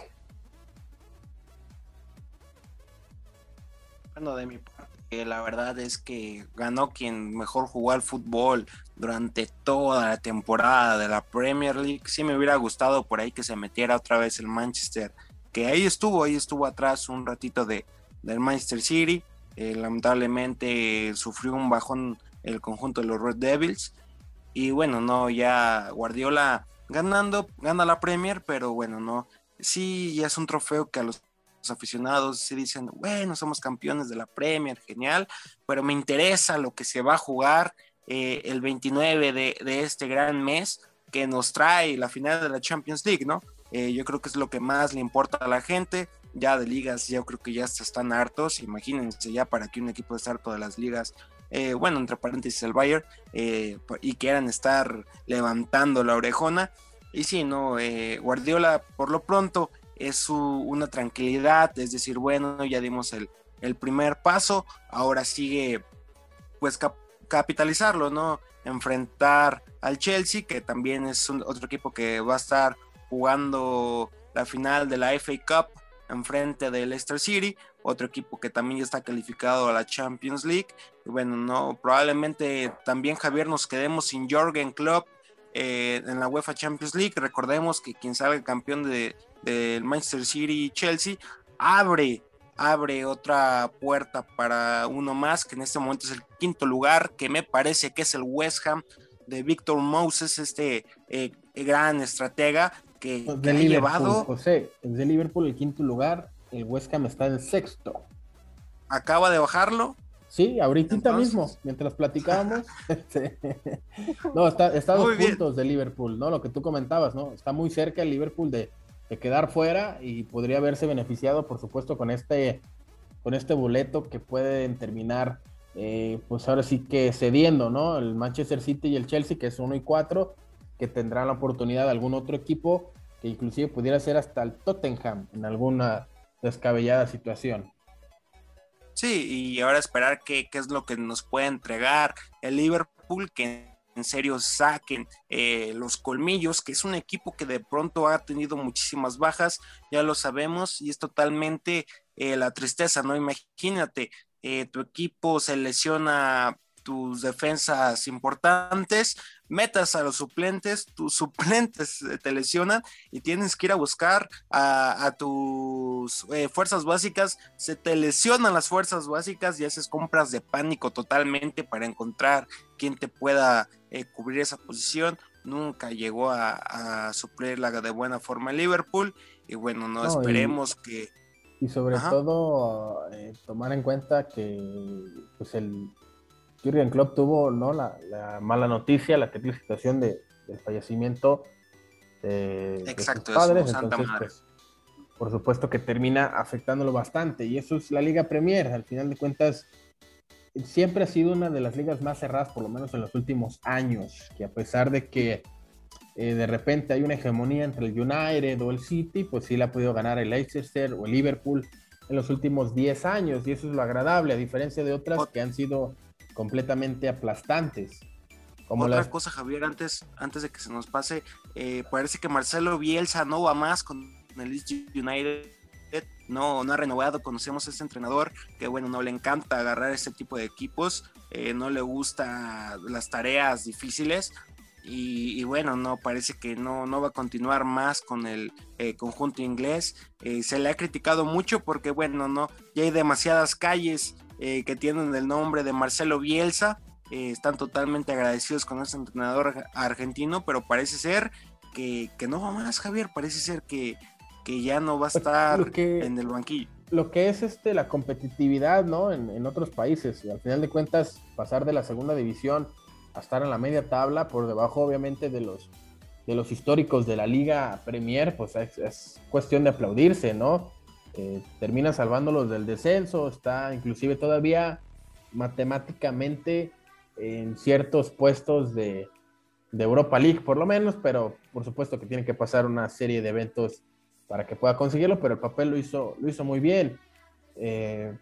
Bueno, de mi parte, la verdad es que ganó quien mejor jugó al fútbol durante toda la temporada de la Premier League. Sí me hubiera gustado por ahí que se metiera otra vez el Manchester, que ahí estuvo, ahí estuvo atrás un ratito de, del Manchester City. Eh, lamentablemente sufrió un bajón el conjunto de los Red Devils. Y bueno, no, ya Guardiola ganando, gana la Premier, pero bueno, no, sí, ya es un trofeo que a los aficionados sí dicen, bueno, somos campeones de la Premier, genial, pero me interesa lo que se va a jugar eh, el veintinueve de, de este gran mes que nos trae la final de la Champions League, ¿no? Eh, yo creo que es lo que más le importa a la gente. Ya de ligas, yo creo que ya están hartos, imagínense ya para que un equipo esté harto de las ligas. Eh, bueno, entre paréntesis el Bayern, eh, y quieran estar levantando la orejona. Y sí, no, eh, Guardiola por lo pronto es su, una tranquilidad, es decir, bueno, ya dimos el, el primer paso, ahora sigue pues cap- capitalizarlo, ¿no? Enfrentar al Chelsea, que también es un, otro equipo que va a estar jugando la final de la F A Cup enfrente del Leicester City, otro equipo que también ya está calificado a la Champions League. Y bueno, no, probablemente también, Javier, nos quedemos sin Jürgen Klopp eh, en la UEFA Champions League. Recordemos que quien salga campeón de, de Manchester City y Chelsea abre, abre otra puerta para uno más, que en este momento es el quinto lugar, que me parece que es el West Ham de Victor Moses, este eh, gran estratega que, Pues que de ha Liverpool, llevado. José, es de Liverpool el quinto lugar, el West Ham está en sexto. Acaba de bajarlo. Sí, ahorita Entonces, mismo, mientras platicábamos. No, está, está a dos muy puntos de Liverpool, ¿no? Lo que tú comentabas, ¿no? Está muy cerca el Liverpool de, de quedar fuera y podría haberse beneficiado, por supuesto, con este, con este boleto que pueden terminar, eh, pues ahora sí que cediendo, ¿no? El Manchester City y el Chelsea, que es uno y cuatro, que tendrán la oportunidad de algún otro equipo, que inclusive pudiera ser hasta el Tottenham en alguna descabellada situación. Sí, y ahora esperar qué, qué es lo que nos puede entregar el Liverpool, que en serio saquen eh, los colmillos, que es un equipo que de pronto ha tenido muchísimas bajas, ya lo sabemos, y es totalmente eh, la tristeza, ¿no? Imagínate, eh, tu equipo se lesiona tus defensas importantes, metas a los suplentes, tus suplentes te lesionan y tienes que ir a buscar a, a tus eh, fuerzas básicas, se te lesionan las fuerzas básicas y haces compras de pánico totalmente para encontrar quien te pueda eh, cubrir esa posición. Nunca llegó a, a suplirla de buena forma Liverpool y bueno, no, no esperemos y, que... Y sobre Ajá. todo eh, tomar en cuenta que pues el Jürgen Klopp tuvo, ¿no?, la, la mala noticia, la terrible situación de, del fallecimiento de, Exacto, de sus padres, eso, entonces pues, por supuesto que termina afectándolo bastante, y eso es la Liga Premier. Al final de cuentas siempre ha sido una de las ligas más cerradas, por lo menos en los últimos años, que a pesar de que eh, de repente hay una hegemonía entre el United o el City, pues sí la ha podido ganar el Leicester o el Liverpool en los últimos diez años, y eso es lo agradable, a diferencia de otras que han sido completamente aplastantes. Como Otra las... cosa, Javier, antes, antes de que se nos pase, eh, parece que Marcelo Bielsa no va más con el Leeds United, no, no ha renovado. Conocemos a este entrenador que, bueno, no le encanta agarrar este tipo de equipos, eh, no le gustan las tareas difíciles y, y bueno, no, parece que no, no va a continuar más con el eh, conjunto inglés. Eh, se le ha criticado mucho porque, bueno, no, ya hay demasiadas calles Eh, que tienen el nombre de Marcelo Bielsa, eh, están totalmente agradecidos con este entrenador argentino, pero parece ser que, que no va más, Javier, parece ser que, que ya no va a estar que, en el banquillo. Lo que es este, la competitividad, ¿no?, en, en otros países, y al final de cuentas pasar de la segunda división a estar en la media tabla, por debajo obviamente de los, de los históricos de la Liga Premier, pues es, es cuestión de aplaudirse, ¿no? Eh, termina salvándolos del descenso, está inclusive todavía matemáticamente en ciertos puestos de, de Europa League por lo menos, pero por supuesto que tiene que pasar una serie de eventos para que pueda conseguirlo, pero el papel lo hizo, lo hizo muy bien. Eh,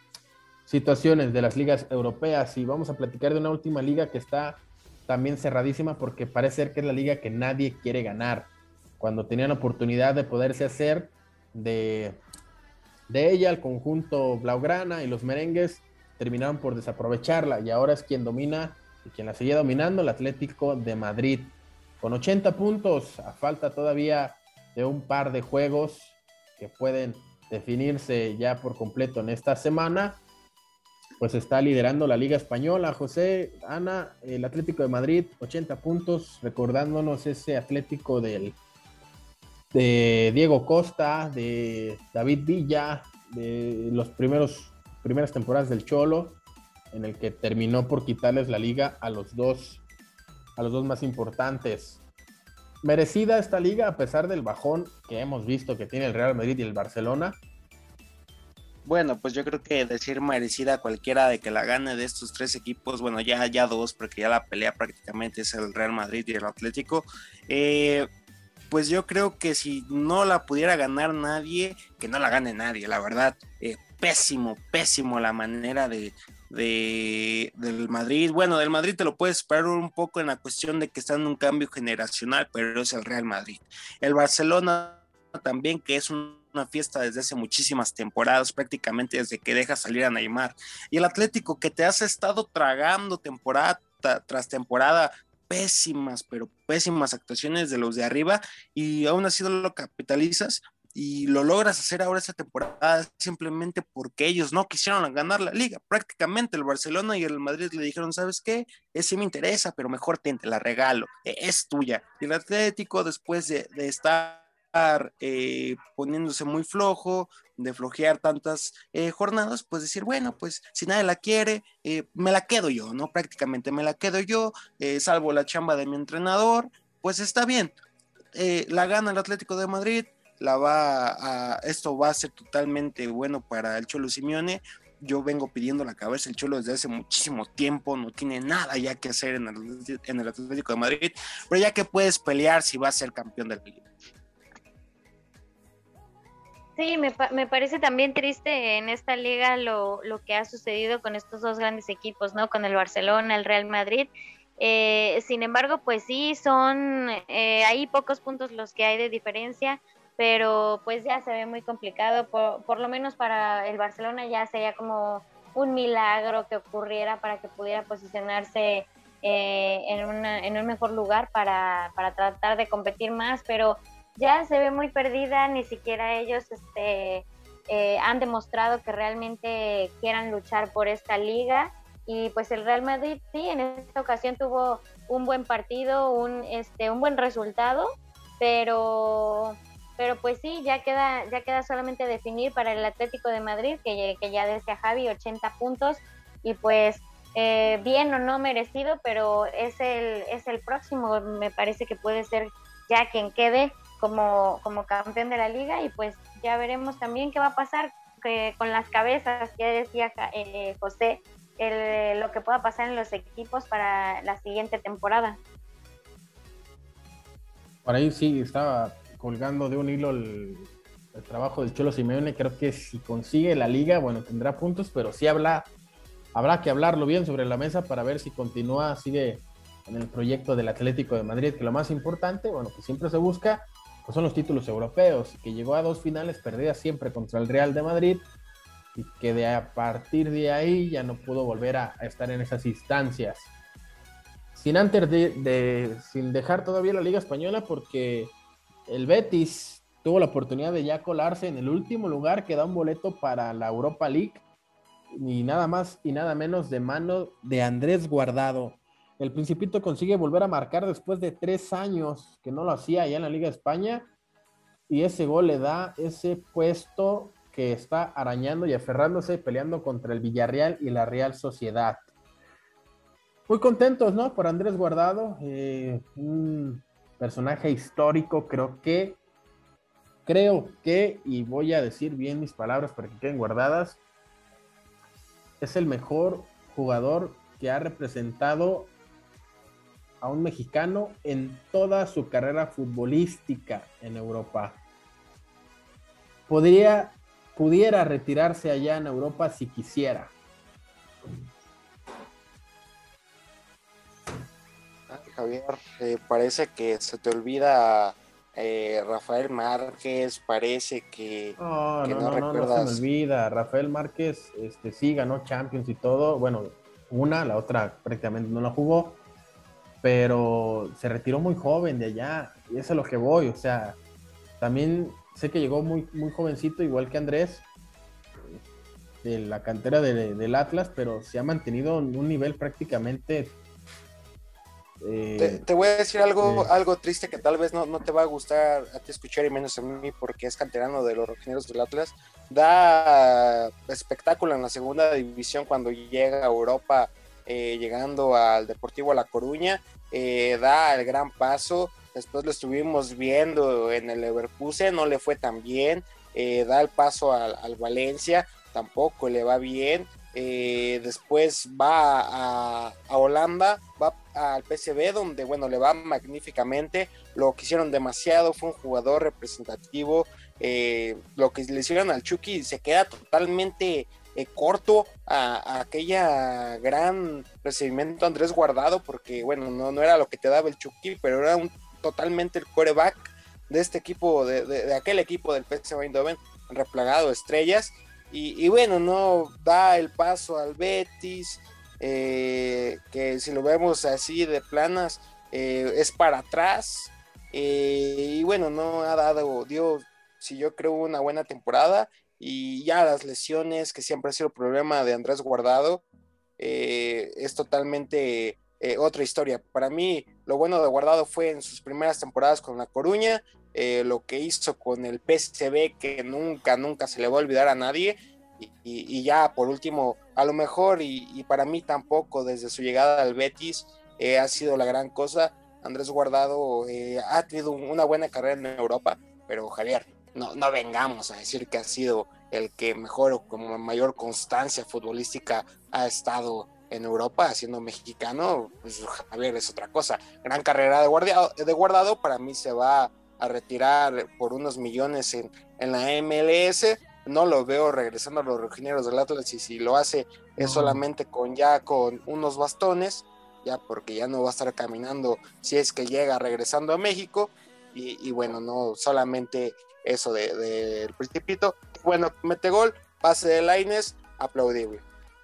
situaciones de las ligas europeas, y vamos a platicar de una última liga que está también cerradísima porque parece ser que es la liga que nadie quiere ganar, cuando tenían oportunidad de poderse hacer de De ella, el conjunto blaugrana y los merengues terminaron por desaprovecharla, y ahora es quien domina y quien la sigue dominando, el Atlético de Madrid, con ochenta puntos, a falta todavía de un par de juegos que pueden definirse ya por completo en esta semana. Pues está liderando la Liga Española. José, Ana, el Atlético de Madrid, ochenta puntos, recordándonos ese Atlético del de Diego Costa, de David Villa, de los primeros primeras temporadas del Cholo, en el que terminó por quitarles la liga a los dos a los dos más importantes. Merecida esta liga a pesar del bajón que hemos visto que tiene el Real Madrid y el Barcelona. Bueno, pues yo creo que decir merecida cualquiera de que la gane de estos tres equipos, bueno, ya, ya dos, porque ya la pelea prácticamente es el Real Madrid y el Atlético. Eh, pues yo creo que si no la pudiera ganar nadie, que no la gane nadie, la verdad. Eh, pésimo, pésimo la manera de, de del Madrid. Bueno, del Madrid te lo puedes esperar un poco en la cuestión de que está en un cambio generacional, pero es el Real Madrid. El Barcelona también, que es un una fiesta desde hace muchísimas temporadas, prácticamente desde que deja salir a Neymar, y el Atlético, que te has estado tragando temporada tras temporada pésimas, pero pésimas actuaciones de los de arriba, y aún así no lo capitalizas y lo logras hacer ahora esta temporada simplemente porque ellos no quisieron ganar la liga. Prácticamente el Barcelona y el Madrid le dijeron, ¿sabes qué? Ese me interesa, pero mejor te, te la regalo, es tuya. Y el Atlético, después de, de estar Eh, poniéndose muy flojo, de flojear tantas eh, jornadas, pues decir, bueno, pues si nadie la quiere, eh, me la quedo yo, ¿no? Prácticamente me la quedo yo, eh, salvo la chamba de mi entrenador, pues está bien. Eh, la gana el Atlético de Madrid, la va a, esto va a ser totalmente bueno para el Cholo Simeone. Yo vengo pidiendo la cabeza el Cholo desde hace muchísimo tiempo, no tiene nada ya que hacer en el, en el Atlético de Madrid, pero ya que puedes pelear si va a ser campeón de la liga. Sí, me, me parece también triste en esta liga lo, lo que ha sucedido con estos dos grandes equipos, ¿no? Con el Barcelona, el Real Madrid, Eh, sin embargo, pues sí, son eh, ahí pocos puntos los que hay de diferencia, pero pues ya se ve muy complicado, por, por lo menos para el Barcelona ya sería como un milagro que ocurriera para que pudiera posicionarse eh, en, una, en un mejor lugar para, para tratar de competir más, pero ya se ve muy perdida, ni siquiera ellos este, eh, han demostrado que realmente quieran luchar por esta liga. Y pues el Real Madrid sí, en esta ocasión tuvo un buen partido, un, este, un buen resultado, pero, pero pues sí, ya queda, ya queda solamente definir para el Atlético de Madrid, que, que ya decía Javi, ochenta puntos, y pues eh, bien o no merecido, pero es el, es el próximo, me parece que puede ser ya quien quede como, como campeón de la liga, y pues ya veremos también qué va a pasar que, con las cabezas que decía eh, José, el, lo que pueda pasar en los equipos para la siguiente temporada. Por ahí sí, estaba colgando de un hilo el, el trabajo del Cholo Simeone. Creo que si consigue la liga, bueno, tendrá puntos, pero sí habla, habrá que hablarlo bien sobre la mesa para ver si continúa, sigue en el proyecto del Atlético de Madrid, que lo más importante, bueno, que siempre se busca, pues son los títulos europeos, que llegó a dos finales perdidas siempre contra el Real de Madrid, y que de a partir de ahí ya no pudo volver a, a estar en esas instancias. Sin antes de, de, sin dejar todavía la Liga Española, porque el Betis tuvo la oportunidad de ya colarse en el último lugar, que da un boleto para la Europa League, y nada más y nada menos de mano de Andrés Guardado. El Principito consigue volver a marcar después de tres años que no lo hacía allá en la Liga de España, y ese gol le da ese puesto que está arañando y aferrándose, peleando contra el Villarreal y la Real Sociedad. Muy contentos, ¿no? Por Andrés Guardado, eh, un personaje histórico, creo que, creo que, y voy a decir bien mis palabras para que queden guardadas, es el mejor jugador que ha representado a un mexicano en toda su carrera futbolística en Europa. Podría, pudiera retirarse allá en Europa si quisiera. Javier, eh, parece que se te olvida eh, Rafael Márquez, parece que, No, que no, no no, no, no se me recuerdas. olvida. Rafael Márquez, este, sí ganó Champions y todo. Bueno, una, la otra prácticamente no la jugó, pero se retiró muy joven de allá. Y eso es a lo que voy. O sea, también sé que llegó muy, muy jovencito, igual que Andrés, de la cantera de, del Atlas, pero se ha mantenido en un nivel prácticamente. Te, Eh, te voy a decir algo, eh, algo triste que tal vez no, no te va a gustar a ti escuchar y menos a mí porque es canterano de los Rojinegros del Atlas. Da espectáculo en la segunda división cuando llega a Europa, eh, llegando al Deportivo La Coruña, eh, da el gran paso. Después lo estuvimos viendo en el Leverkusen, no le fue tan bien. Eh, da el paso al, al Valencia, tampoco le va bien. Eh, después va a, a Holanda, va al P S V, donde bueno, le va magníficamente, lo que hicieron demasiado, fue un jugador representativo, eh, lo que le hicieron al Chucky se queda totalmente eh, corto a, a aquella gran recibimiento a Andrés Guardado, porque bueno, no, no era lo que te daba el Chucky, pero era un, totalmente el quarterback de este equipo, de, de, de aquel equipo del P S V Eindhoven, replagado de estrellas. Y, y bueno, no da el paso al Betis, eh, que si lo vemos así de planas, eh, es para atrás. Eh, y bueno, no ha dado, dio, si yo creo, una buena temporada. Y ya las lesiones, que siempre ha sido el problema de Andrés Guardado, eh, es totalmente eh, otra historia. Para mí, lo bueno de Guardado fue en sus primeras temporadas con La Coruña, eh, lo que hizo con el P S V, que nunca, nunca se le va a olvidar a nadie, y, y, y ya por último, a lo mejor, y, y para mí tampoco, desde su llegada al Betis, eh, ha sido la gran cosa. Andrés Guardado eh, ha tenido una buena carrera en Europa, pero Javier, no, no vengamos a decir que ha sido el que mejor o con mayor constancia futbolística ha estado en Europa, siendo mexicano. Pues Javier, es otra cosa. Gran carrera de Guardado, de Guardado, para mí se va a retirar por unos millones en, en la M L S. No lo veo regresando a los Rojinegros del Atlas, y si lo hace es solamente con ya con unos bastones. ya porque ya no va a estar caminando si es que llega regresando a México, y, y bueno, no solamente eso del de, de Principito. Bueno, mete gol, pase de Lainez, aplaudible.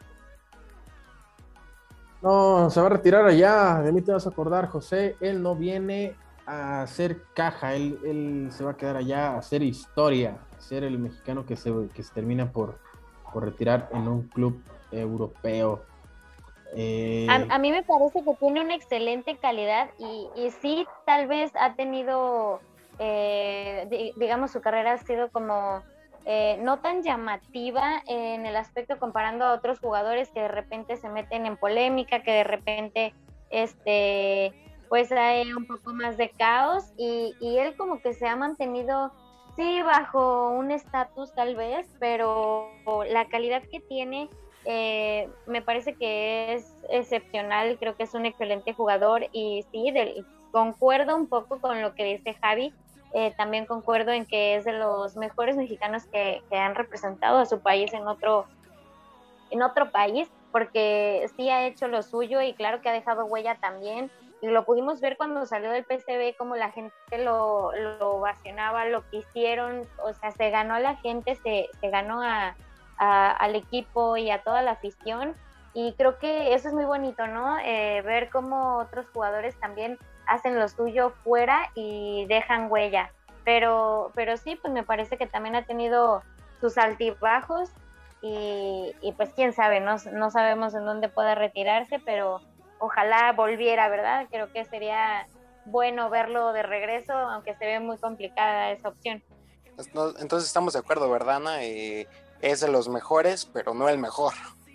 No, se va a retirar allá, de mí te vas a acordar, José, él no viene a hacer caja, él, él se va a quedar allá a hacer historia, a ser el mexicano que se, que se termina por, por retirar en un club europeo. Eh... A, a mí me parece que tiene una excelente calidad y, y sí, tal vez ha tenido, eh, di, digamos, su carrera ha sido como... Eh, no tan llamativa en el aspecto comparando a otros jugadores que de repente se meten en polémica, que de repente este, pues hay un poco más de caos y, y él como que se ha mantenido, sí, bajo un estatus tal vez, pero la calidad que tiene eh, me parece que es excepcional, creo que es un excelente jugador y sí, del, concuerdo un poco con lo que dice Javi. Eh, también concuerdo en que es de los mejores mexicanos que, que han representado a su país en otro, en otro país, porque sí ha hecho lo suyo y claro que ha dejado huella también, y lo pudimos ver cuando salió del P S V, como la gente lo, lo ovacionaba, lo que hicieron, o sea, se ganó a la gente, se, se ganó a, a, al equipo y a toda la afición, y creo que eso es muy bonito, ¿no? Eh, ver cómo otros jugadores también hacen lo suyo fuera y dejan huella, pero, pero sí, pues me parece que también ha tenido sus altibajos y, y pues quién sabe, no, no sabemos en dónde pueda retirarse, pero ojalá volviera, ¿verdad? Creo que sería bueno verlo de regreso, aunque se ve muy complicada esa opción. Entonces estamos de acuerdo, ¿verdad, Ana? Eh, es de los mejores, pero no el mejor.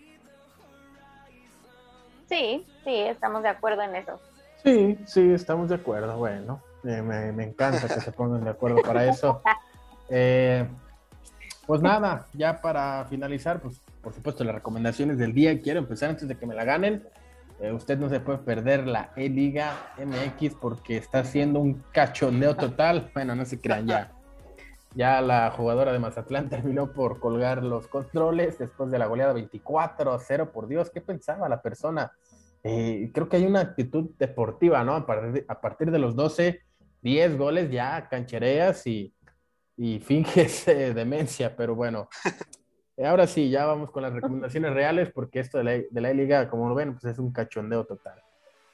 Sí, sí, estamos de acuerdo en eso. Sí, sí, estamos de acuerdo. Bueno, eh, me, me encanta que se pongan de acuerdo para eso. Eh, pues nada, ya para finalizar, pues por supuesto las recomendaciones del día. Quiero empezar antes de que me la ganen. Eh, usted no se puede perder la E-Liga M X porque está haciendo un cachondeo total. Bueno, no se crean ya. Ya la jugadora de Mazatlán terminó por colgar los controles después de la goleada veinticuatro a cero. Por Dios, ¿qué pensaba la persona? Eh, creo que hay una actitud deportiva, ¿no? A partir de, a partir de los doce, diez goles ya canchereas y, y finges eh, demencia, pero bueno. Eh, ahora sí, ya vamos con las recomendaciones reales porque esto de la, de la liga, como lo ven, pues es un cachondeo total.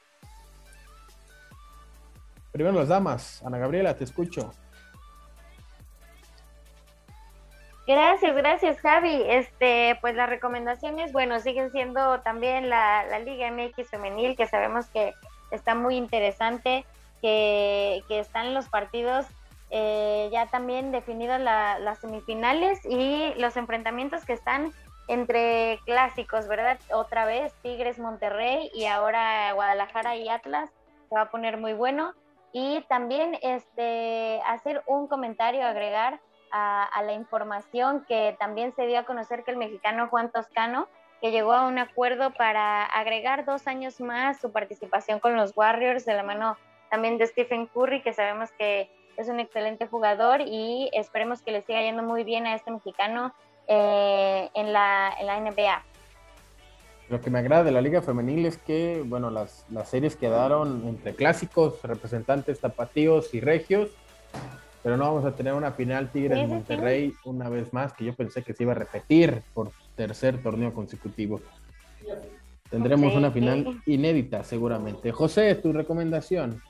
Primero las damas. Ana Gabriela, te escucho. Gracias, gracias Javi. Este, pues las recomendaciones, bueno, siguen siendo también la, la Liga M X femenil, que sabemos que está muy interesante, que, que están los partidos eh, ya también definidas la, las semifinales y los enfrentamientos que están entre clásicos, ¿verdad? Otra vez Tigres, Monterrey y ahora Guadalajara y Atlas, se va a poner muy bueno. Y también este, hacer un comentario, agregar A, a la información que también se dio a conocer que el mexicano Juan Toscano, que llegó a un acuerdo para agregar dos años más su participación con los Warriors, de la mano también de Stephen Curry, que sabemos que es un excelente jugador y esperemos que le siga yendo muy bien a este mexicano eh, en, la, en la N B A. Lo que me agrada de la Liga Femenil es que, bueno, las, las series quedaron entre clásicos, representantes tapatíos y regios, pero no vamos a tener una final Tigres Monterrey una vez más, que yo pensé que se iba a repetir por tercer torneo consecutivo. Tendremos sí. una final inédita seguramente. José, tu recomendación.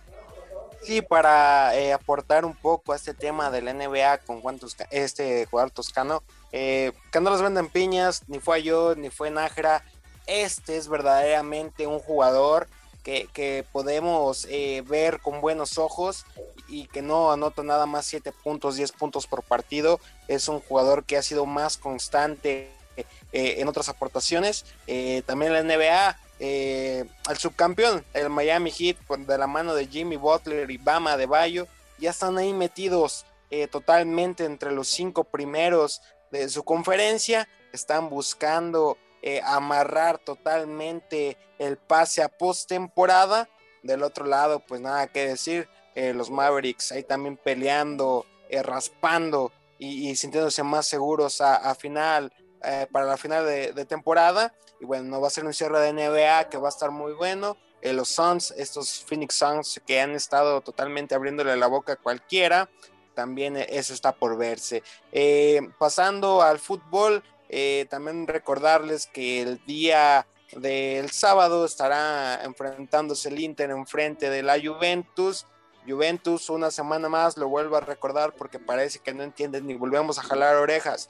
Sí, para eh, aportar un poco a este tema de la N B A con Juan Tosca, este jugador toscano, eh, que no los vendan piñas, ni fue yo, ni fue Nájera. Este es verdaderamente un jugador que, que podemos eh, ver con buenos ojos y que no anota nada más siete puntos, diez puntos por partido. Es un jugador que ha sido más constante eh, en otras aportaciones. Eh, también la N B A, eh, al subcampeón, el Miami Heat, de la mano de Jimmy Butler y Bama Adebayo, ya están ahí metidos eh, totalmente entre los cinco primeros de su conferencia. Están buscando eh, amarrar totalmente el pase a postemporada. Del otro lado, pues nada que decir, eh, los Mavericks ahí también peleando, eh, raspando y, y sintiéndose más seguros a, a final, eh, para la final de, de temporada. y bueno, no va a ser un cierre de N B A que va a estar muy bueno. Eh, los Suns, estos Phoenix Suns que han estado totalmente abriéndole la boca a cualquiera, también eso está por verse. Eh, pasando al fútbol, eh, también recordarles que el día del sábado estará enfrentándose el Inter en frente de la Juventus. Juventus una semana más, lo vuelvo a recordar porque parece que no entienden ni volvemos a jalar orejas.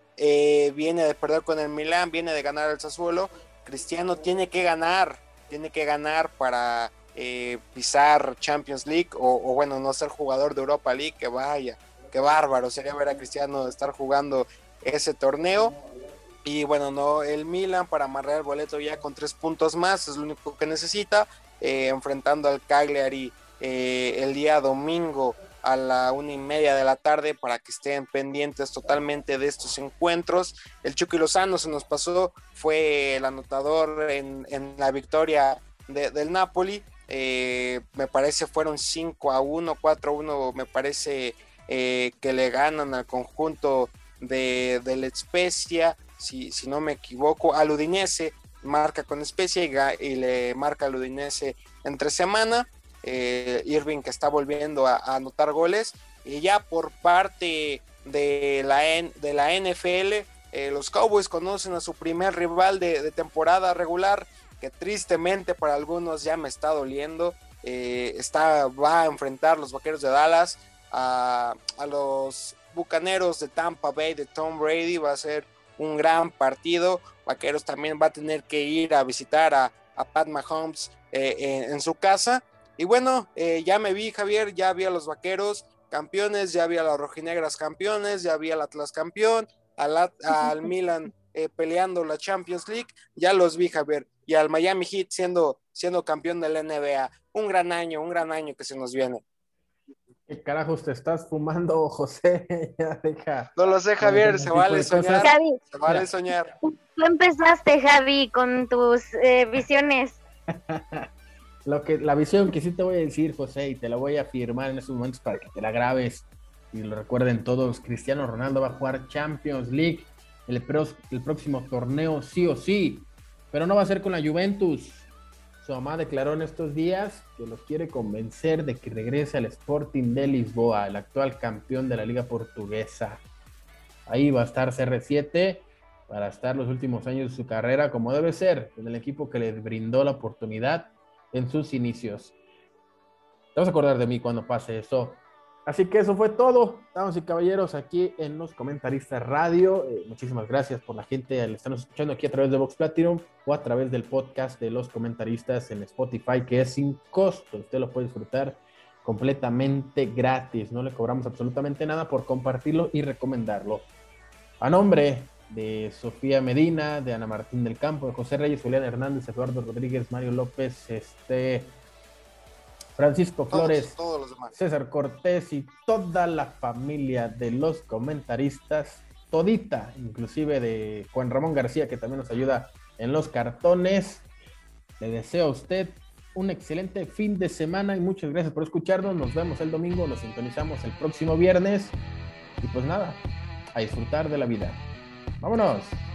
Eh, viene de perder con el Milán, viene de ganar al Sassuolo. Cristiano tiene que ganar, tiene que ganar para eh, pisar Champions League o, o bueno, no ser jugador de Europa League, que vaya, qué bárbaro sería ver a Cristiano estar jugando ese torneo. Y bueno, no, el Milan para amarrar el boleto ya con tres puntos más, es lo único que necesita, eh, enfrentando al Cagliari eh, el día domingo a la una y media de la tarde para que estén pendientes totalmente de estos encuentros. El Chucky Lozano se nos pasó, fue el anotador en, en la victoria de, del Napoli, eh, me parece fueron cinco a uno, cuatro a uno, me parece eh, que le ganan al conjunto de, de la Spezia, si, si no me equivoco, al Udinese, marca con Spezia y, y le marca al Udinese entre semana. Eh, Irving que está volviendo a, a anotar goles, y ya por parte de la, N, de la N F L, eh, los Cowboys conocen a su primer rival de, de temporada regular, que tristemente para algunos ya me está doliendo. eh, está, va a enfrentar los Vaqueros de Dallas a, a los Bucaneros de Tampa Bay de Tom Brady. Va a ser un gran partido. Vaqueros también va a tener que ir a visitar a, a Pat Mahomes eh, en, en su casa. Y bueno, eh, ya me vi, Javier, ya vi a los Vaqueros campeones, ya vi a las Rojinegras campeones, ya vi al Atlas campeón, al, al Milan eh, peleando la Champions League, ya los vi, Javier, y al Miami Heat siendo, siendo campeón de la N B A. Un gran año, un gran año que se nos viene. ¿Qué carajos te estás fumando, José? Ya deja. No lo sé, Javier, se vale soñar. Javi, se vale soñar. Tú empezaste, Javi, con tus eh, visiones. Lo que, la visión que sí te voy a decir, José, y te la voy a afirmar en estos momentos para que te la grabes y lo recuerden todos: Cristiano Ronaldo va a jugar Champions League el, pro, el próximo torneo sí o sí, pero no va a ser con la Juventus. Su mamá declaró en estos días que los quiere convencer de que regrese al Sporting de Lisboa, el actual campeón de la Liga Portuguesa. Ahí va a estar C R siete para estar los últimos años de su carrera como debe ser, en el equipo que le brindó la oportunidad en sus inicios. Te vas a acordar de mí cuando pase eso. Así que eso fue todo, damas y caballeros, aquí en Los Comentaristas Radio. Eh, muchísimas gracias por la gente al estarnos escuchando aquí a través de Vox Platinum o a través del podcast de Los Comentaristas en Spotify, que es sin costo. Usted lo puede disfrutar completamente gratis. No le cobramos absolutamente nada por compartirlo y recomendarlo. A nombre de Sofía Medina, de Ana Martín del Campo, de José Reyes, Julián Hernández, Eduardo Rodríguez, Mario López, este, Francisco Flores, todos, todos los demás. César Cortés y toda la familia de Los Comentaristas, todita, inclusive de Juan Ramón García, que también nos ayuda en los cartones. Le deseo a usted un excelente fin de semana y muchas gracias por escucharnos. Nos vemos el domingo, nos sintonizamos el próximo viernes y pues nada, a disfrutar de la vida. ¡Vámonos!